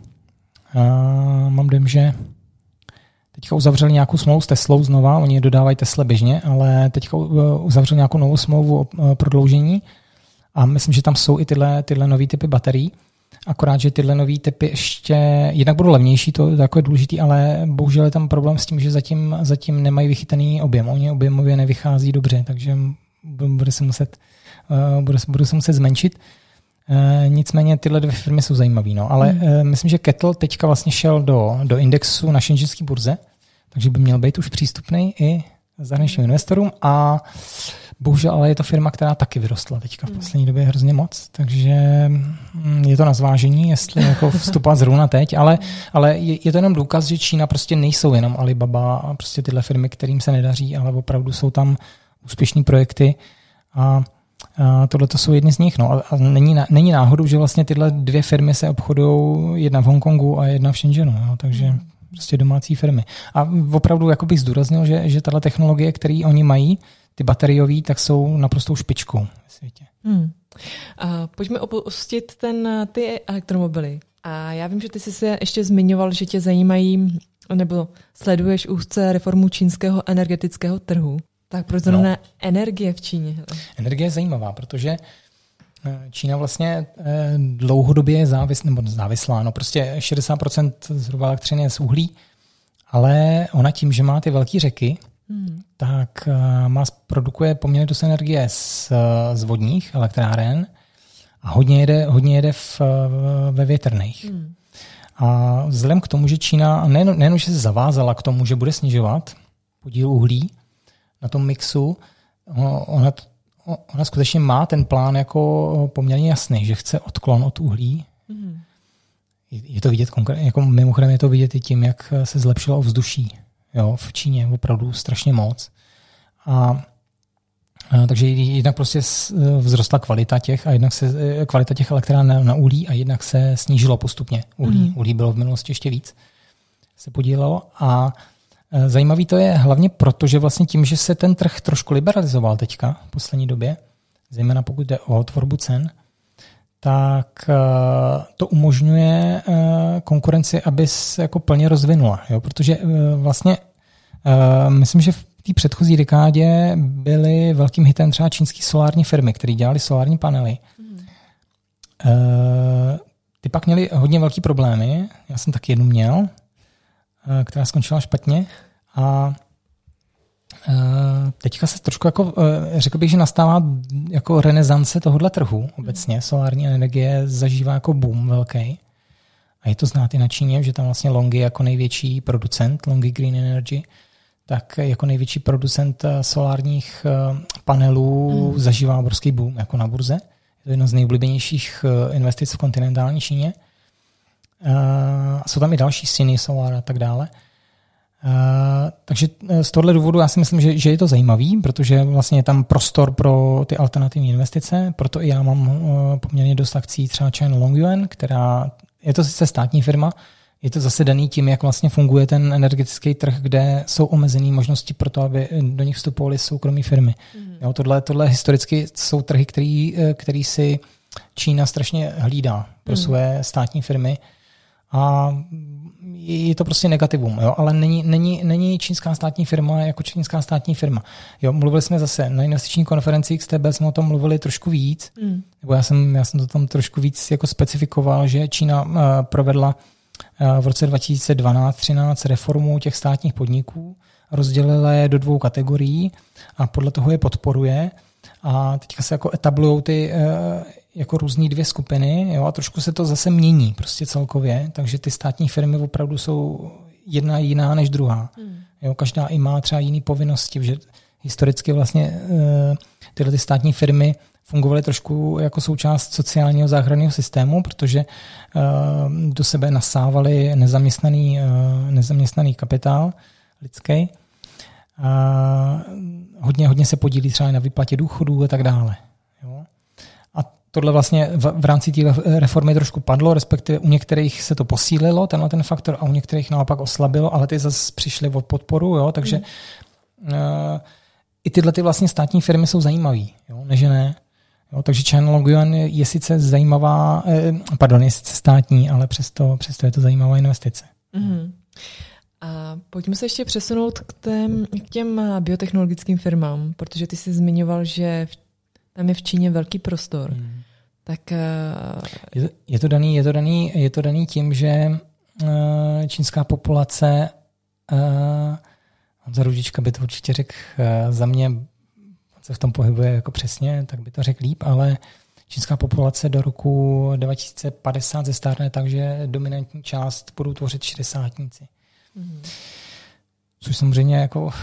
Uh, mám dojem, že teďka uzavřeli nějakou smlouvu s Teslou znova, oni dodávají Tesla běžně, ale teďka uzavřeli nějakou novou smlouvu o prodloužení a myslím, že tam jsou i tyhle, tyhle nový typy baterií, akorát, že tyhle nový typy ještě jednak budou levnější, to je takové důležitý, ale bohužel je tam problém s tím, že zatím, zatím nemají vychytaný objem, oni objemově nevychází dobře, takže bude se muset, uh, bude, bude se muset zmenšit. E, nicméně tyhle dvě firmy jsou zajímavé. No. Ale hmm. e, myslím, že Kettle teďka vlastně šel do, do indexu na šenžinské burze, takže by měl být už přístupný i zahraničním investorům a bohužel ale je to firma, která taky vyrostla teďka v poslední době hrozně moc, takže je to na zvážení, jestli jako vstupovat zrovna teď, ale, ale je, je to jenom důkaz, že Čína prostě nejsou jenom Alibaba a prostě tyhle firmy, kterým se nedaří, ale opravdu jsou tam úspěšný projekty a tohle to jsou jedny z nich. No. A není, není náhodou, že vlastně tyhle dvě firmy se obchodují, jedna v Hongkongu a jedna v Shenzhenu. No. Takže prostě domácí firmy. A opravdu jako bych zdůraznil, že, že tato technologie, které oni mají, ty bateriové, tak jsou naprostou špičkou v světě. Hmm. A pojďme opustit ten, ty elektromobily. A já vím, že ty jsi se ještě zmiňoval, že tě zajímají, nebo sleduješ úzce reformu čínského energetického trhu. Tak proč to no. energie v Číně? Energie je zajímavá, protože Čína vlastně dlouhodobě je závis, nebo závislá. No prostě šedesát procent zhruba elektřiny je z uhlí, ale ona tím, že má ty velké řeky, hmm. tak má produkuje poměrně dost energie z, z vodních elektráren a hodně jede, hodně jede v, ve větrných. Hmm. A vzhledem k tomu, že Čína nejen, nejen, že se zavázala k tomu, že bude snižovat podíl uhlí na tom mixu, ona, ona skutečně má ten plán jako poměrně jasný, že chce odklon od uhlí. Mm. Je to vidět konkrétně, jako mimochodem je to vidět i tím, jak se zlepšilo ovzduší, jo, v Číně opravdu strašně moc. A, a takže jednak prostě vzrostla kvalita těch a jednak se kvalita těch elektrán na, na uhlí a jednak se snížilo postupně uhlí. Mm. Uhlí bylo v minulosti ještě víc, se podílelo a zajímavý to je hlavně proto, že vlastně tím, že se ten trh trošku liberalizoval teďka v poslední době, zejména pokud jde o tvorbu cen, tak to umožňuje konkurenci, aby se jako plně rozvinula. Jo? Protože vlastně myslím, že v té předchozí dekádě byly velkým hitem třeba čínský solární firmy, které dělaly solární panely. Mm. Ty pak měly hodně velký problémy. Já jsem taky jednu měl, která skončila špatně a teďka se trošku jako, řekl bych, že nastává jako renesance tohohle trhu obecně. Solární energie zažívá jako boom velký a je to znát i na Číně, že tam vlastně Longi jako největší producent, Longi Green Energy, tak jako největší producent solárních panelů mm. zažívá obrovský boom jako na burze. Je to jedna z nejoblíbenějších investic v kontinentální Číně. Uh, jsou tam i další Siny, Solar a tak dále. Uh, takže z tohohle důvodu já si myslím, že, že je to zajímavý, protože vlastně je tam prostor pro ty alternativní investice, proto i já mám uh, poměrně dost akcí třeba China Longyuan, která je to sice státní firma, je to zase daný tím, jak vlastně funguje ten energetický trh, kde jsou omezené možnosti pro to, aby do nich vstupovaly soukromé firmy. Mm. Jo, tohle, tohle historicky jsou trhy, který, který si Čína strašně hlídá pro mm. své státní firmy. A je to prostě negativum, jo? Ale není, není, není čínská státní firma jako čínská státní firma. Jo? Mluvili jsme zase na investiční konferenci X T B, jsme o tom mluvili trošku víc, mm. nebo já jsem, já jsem to tam trošku víc jako specifikoval, že Čína uh, provedla uh, v roce dva tisíce dvanáct třináct reformu těch státních podniků, rozdělila je do dvou kategorií a podle toho je podporuje. A teďka se jako etablujou ty jako různý dvě skupiny, jo, a trošku se to zase mění prostě celkově, takže ty státní firmy opravdu jsou jedna jiná než druhá. Hmm. Jo, každá i má třeba jiné povinnosti, že historicky vlastně tyhle ty státní firmy fungovaly trošku jako součást sociálního záchranného systému, protože do sebe nasávaly nezaměstnaný, nezaměstnaný kapitál lidský. A hodně, hodně se podílí třeba na výplatě důchodů a tak dále. Jo? A tohle vlastně v, v rámci té reformy trošku padlo, respektive u některých se to posílilo, tenhle ten faktor, a u některých naopak oslabilo, ale ty zase přišly o podporu, jo? Takže mm. uh, i tyhle ty vlastně státní firmy jsou zajímavý, jo? Než ne. Jo? Takže China Longyuan je sice zajímavá, eh, pardon, je sice státní, ale přesto, přesto je to zajímavá investice. Mm. A pojďme se ještě přesunout k, tém, k těm biotechnologickým firmám, protože ty jsi zmiňoval, že v, tam je v Číně velký prostor. Hmm. Tak, uh... je, to, je, to daný, je, to daný, je to daný tím, že uh, čínská populace, uh, Honza Růžička by to určitě řekl uh, za mě, on se v tom pohybuje jako přesně, tak by to řekl líp, ale čínská populace do roku dva tisíce padesát zestárne tak, že dominantní část budou tvořit šedesátníci. Mm. Což samozřejmě jako, uh,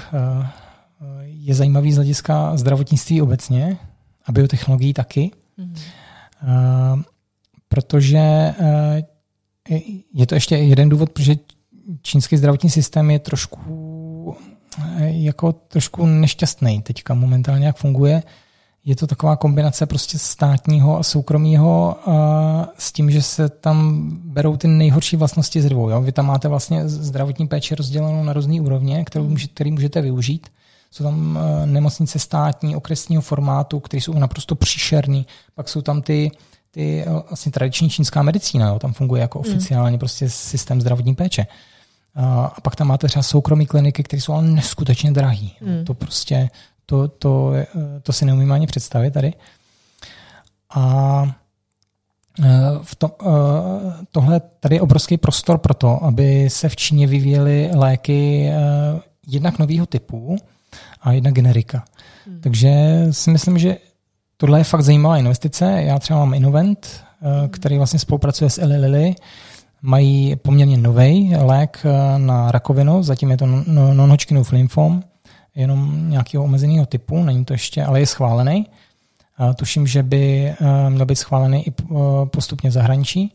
je zajímavý z hlediska zdravotnictví obecně a biotechnologií taky, mm. uh, protože uh, je to ještě jeden důvod, protože čínský zdravotní systém je trošku uh, jako trošku nešťastný teďka momentálně, jak funguje. Je to taková kombinace prostě státního a soukromého uh, s tím, že se tam berou ty nejhorší vlastnosti z dvou. Jo? Vy tam máte vlastně zdravotní péči rozdělenou na různé úrovně, kterou můžete, který můžete využít. Jsou tam uh, nemocnice státní, okresního formátu, které jsou naprosto příšerný. Pak jsou tam ty, ty uh, vlastně tradiční čínská medicína. Jo? Tam funguje jako oficiálně mm. prostě systém zdravotní péče. Uh, a pak tam máte třeba soukromé kliniky, které jsou ale neskutečně drahé. Mm. To prostě... To, to, to si neumím ani představit tady. A v to, tohle tady je obrovský prostor pro to, aby se v Číně vyvíjely léky jednak nového typu a jednak generika. Hmm. Takže si myslím, že tohle je fakt zajímavá investice. Já třeba mám Innovent, hmm. který vlastně spolupracuje s Eli Lilly. Mají poměrně nový lék na rakovinu, zatím je to non-Hodgkinův lymfom, jenom nějakého omezeného typu, není to ještě, ale je schválený. A tuším, že by měl být schválený i postupně v zahraničí.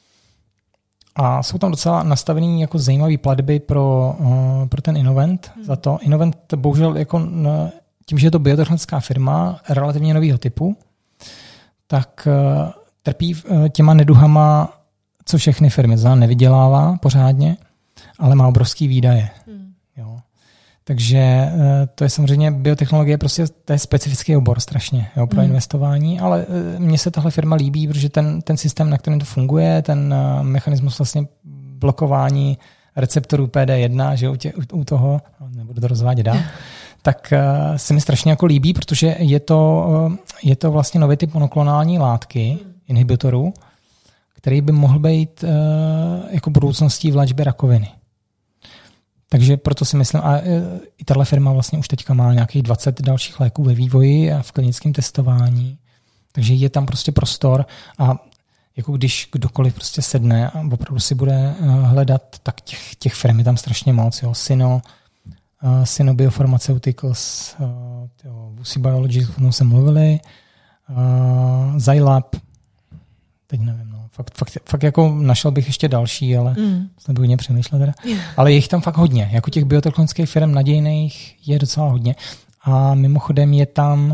A jsou tam docela nastavený jako zajímavé platby pro, pro ten Innovent. Hmm. Za to Innovent bohužel jako tím, že je to biotechnologická firma relativně nového typu, tak trpí těma neduhama, co všechny firmy. Zná nevydělává pořádně, ale má obrovský výdaje. Hmm. Jo. Takže to je samozřejmě biotechnologie, prostě to je specifický obor strašně, jo, pro mm. investování, ale mně se tahle firma líbí, protože ten, ten systém, na kterém to funguje, ten mechanismus vlastně blokování receptorů P D jedna, že u, tě, u toho, nebudu to rozvádět dál, tak se mi strašně jako líbí, protože je to, je to vlastně nový typ monoklonální látky, inhibitorů, který by mohl být jako budoucností v léčbě rakoviny. Takže proto si myslím, a i tato firma vlastně už teďka má nějakých dvacet dalších léků ve vývoji a v klinickém testování. Takže je tam prostě prostor a jako když kdokoliv prostě sedne a opravdu si bude hledat, tak těch, těch firm je tam strašně moc. Jo. Sino, uh, Sino Biopharmaceuticals, uh, W C Biology, o tom jsme mluvili, uh, Zylab, teď nevím, no. Fakt, fakt, fakt jako našel bych ještě další, ale mm. jsem hodně přemýšlel teda. Ale je jich tam fakt hodně. Jako těch biotechnologických firm nadějných je docela hodně. A mimochodem je tam,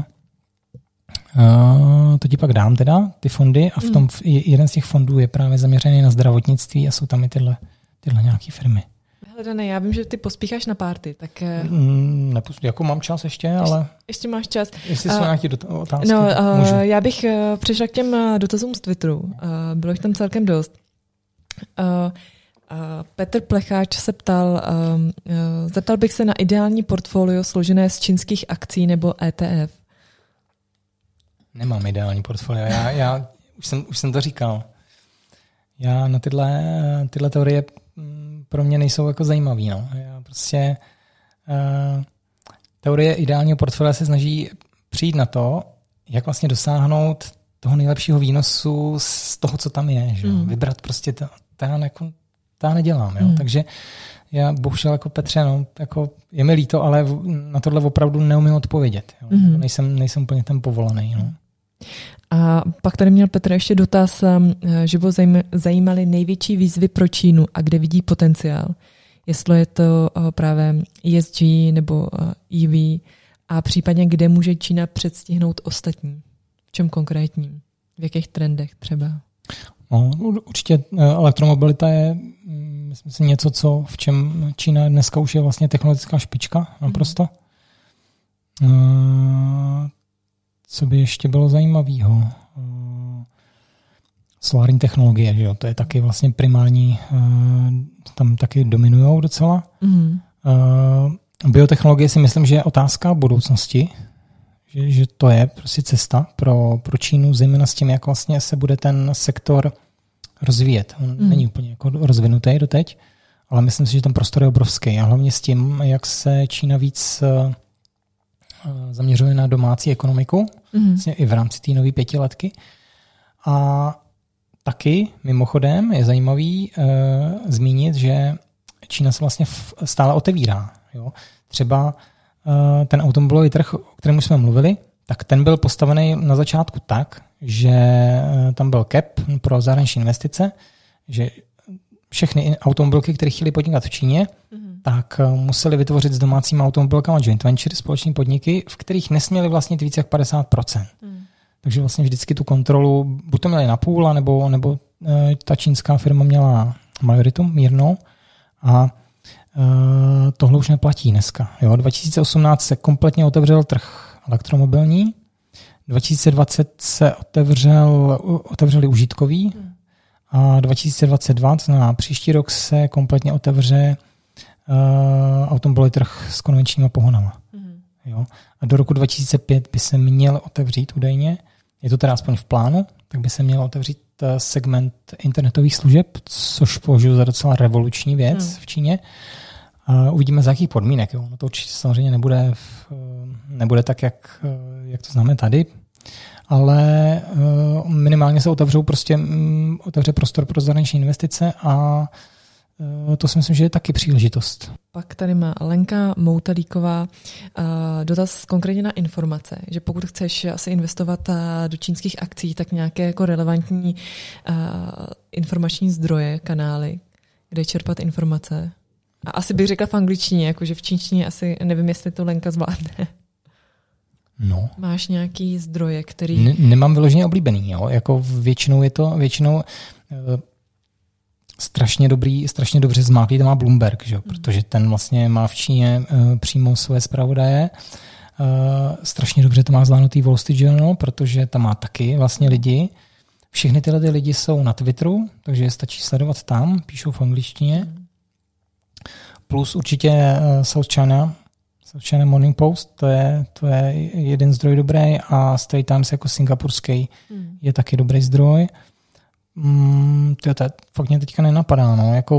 uh, to ti pak dám teda, ty fondy a v tom jeden z těch fondů je právě zaměřený na zdravotnictví a jsou tam i tyhle, tyhle nějaké firmy. Hele, Dané, já vím, že ty pospícháš na párty, tak... Mm, nepos... Jako mám čas ještě, ale... Ještě, ještě máš čas. Jestli jsou uh, nějaké dot- otázky, no, uh, já bych uh, přešla k těm dotazům z Twitteru. Uh, bylo jich tam celkem dost. Uh, Petr Plecháč se ptal, zeptal bych se na ideální portfolio složené z čínských akcí nebo E T F. Nemám ideální portfolio. Já, já už, jsem, už jsem to říkal. Já na tyhle, tyhle teorie pro mě nejsou jako zajímavý. No. Já prostě uh, teorie ideálního portfolia se snaží přijít na to, jak vlastně dosáhnout toho nejlepšího výnosu z toho, co tam je. Že? Mm. Vybrat prostě to, to já, jako, to já nedělám. Jo? Mm. Takže já bohužel jako Petře, no, jako je mi líto, ale na tohle opravdu neumím odpovědět. Jo? Mm. Nejsem, nejsem úplně ten povolaný. No. A pak tady měl Petr ještě dotaz, že by zajímaly největší výzvy pro Čínu a kde vidí potenciál. Jestli je to právě E S G nebo E V a případně kde může Čína předstihnout ostatní. V čem konkrétním? V jakých trendech třeba? No, určitě elektromobilita je myslím si něco, co v čem Čína dneska už je vlastně technologická špička naprosto. Mm. Co by ještě bylo zajímavého? Solární technologie, že jo? To je taky vlastně primární, tam taky dominujou docela. Mm. Biotechnologie si myslím, že je otázka budoucnosti, že, že to je prostě cesta pro, pro Čínu, zejména s tím, jak vlastně se bude ten sektor rozvíjet. On mm. není úplně jako rozvinutý doteď, ale myslím si, že ten prostor je obrovský. A hlavně s tím, jak se Čína víc zaměřuje na domácí ekonomiku, mm. vlastně i v rámci té nové pětiletky. A taky mimochodem je zajímavý uh, zmínit, že Čína se vlastně stále otevírá. Jo? Třeba uh, ten automobilový trh, o kterém už jsme mluvili, tak ten byl postavený na začátku tak, že uh, tam byl cap pro zahraniční investice, že všechny automobilky, které chtěli podnikat v Číně, mm. tak uh, museli vytvořit s domácími automobilkami joint venture, společní podniky, v kterých nesměli vlastnit více jak padesát procent. Mm. Takže vlastně vždycky tu kontrolu, buď to měli na půl, nebo, nebo uh, ta čínská firma měla majoritu mírnou a uh, tohle už neplatí dneska. Jo, dva tisíce osmnáct se kompletně otevřel trh elektromobilní, dva tisíce dvacet se otevřel, otevřeli užitkový hmm. a dva tisíce dvacet dva, to znamená příští rok, se kompletně otevře uh, automobilový trh s konvenčníma pohonama. Hmm. Jo, a do roku dva tisíce pět by se měl otevřít údajně, je to teda aspoň v plánu, tak by se měl otevřít segment internetových služeb, což považuji za docela revoluční věc hmm. v Číně. Uh, uvidíme, za jakých podmínek. Jo. No to určitě samozřejmě nebude, v, nebude tak, jak, jak to známe tady, ale uh, minimálně se otevřou prostě, um, otevře prostor pro zahraniční investice a uh, to si myslím, že je taky příležitost. Pak tady má Lenka Moutalíková uh, dotaz konkrétně na informace, že pokud chceš asi investovat uh, do čínských akcí, tak nějaké jako relevantní uh, informační zdroje, kanály, kde čerpat informace. A asi bych řekla v angličtině, jakože v čínštině asi nevím, jestli to Lenka zvládne. No. Máš nějaký zdroje, který... Ne, nemám vyloženě oblíbený, jo. Jako většinou je to, většinou uh, strašně dobrý, strašně dobře zmáklý, to má Bloomberg, že? Protože ten vlastně má v Číně uh, přímo své zpravodaje. Uh, strašně dobře to má zvládnutý Wall Street Journal, protože tam má taky vlastně lidi. Všechny tyhle ty lidi jsou na Twitteru, takže je stačí sledovat tam, píšou v angličtině. Plus určitě uh, South China, South China Morning Post, to je, to je jeden zdroj dobrý a Straits Times jako singapurský hmm. je taky dobrý zdroj. Mm, to, to fakt mě teďka nenapadá, no, jako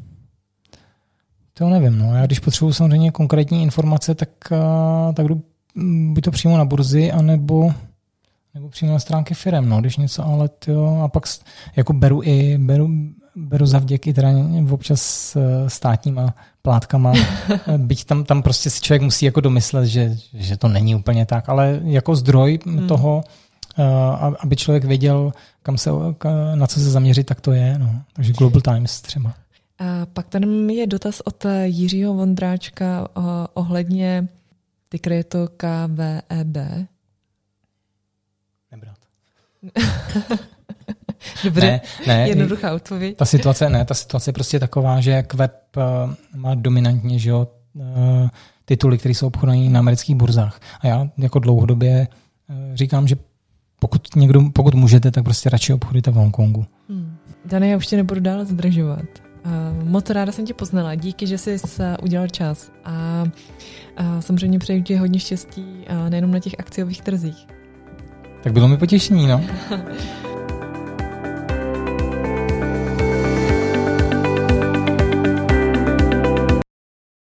to nevím, no, já když potřebuji samozřejmě konkrétní informace, tak, uh, tak jdu buď to přímo na burzy, anebo nebo přímo na stránky firem, no, když něco, ale tyjo, a pak jako beru i, beru, beru zavděk i teda občas státníma plátkama, byť tam, tam prostě si člověk musí jako domyslet, že, že to není úplně tak, ale jako zdroj hmm. toho, aby člověk věděl, kam se, na co se zaměřit, tak to je, no. Takže Global Times třeba. A pak tady je dotaz od Jiřího Vondráčka ohledně ticker je to K V E B. Nebrat. Dobře, ne, ne, jednoduchá odpověď. Ta situace, ne, ta situace je prostě taková, že Queb má dominantně, že jo, tituly, které jsou obchodované na amerických burzách. A já jako dlouhodobě říkám, že pokud někdo, pokud můžete, tak prostě radši obchodujte v Hongkongu. Hmm. Dane, já už tě nebudu dál zdržovat. Moc ráda jsem tě poznala. Díky, že jsi udělal čas. A, a samozřejmě přeju ti hodně štěstí nejenom na těch akciových trzích. Tak bylo mi potěšení, no.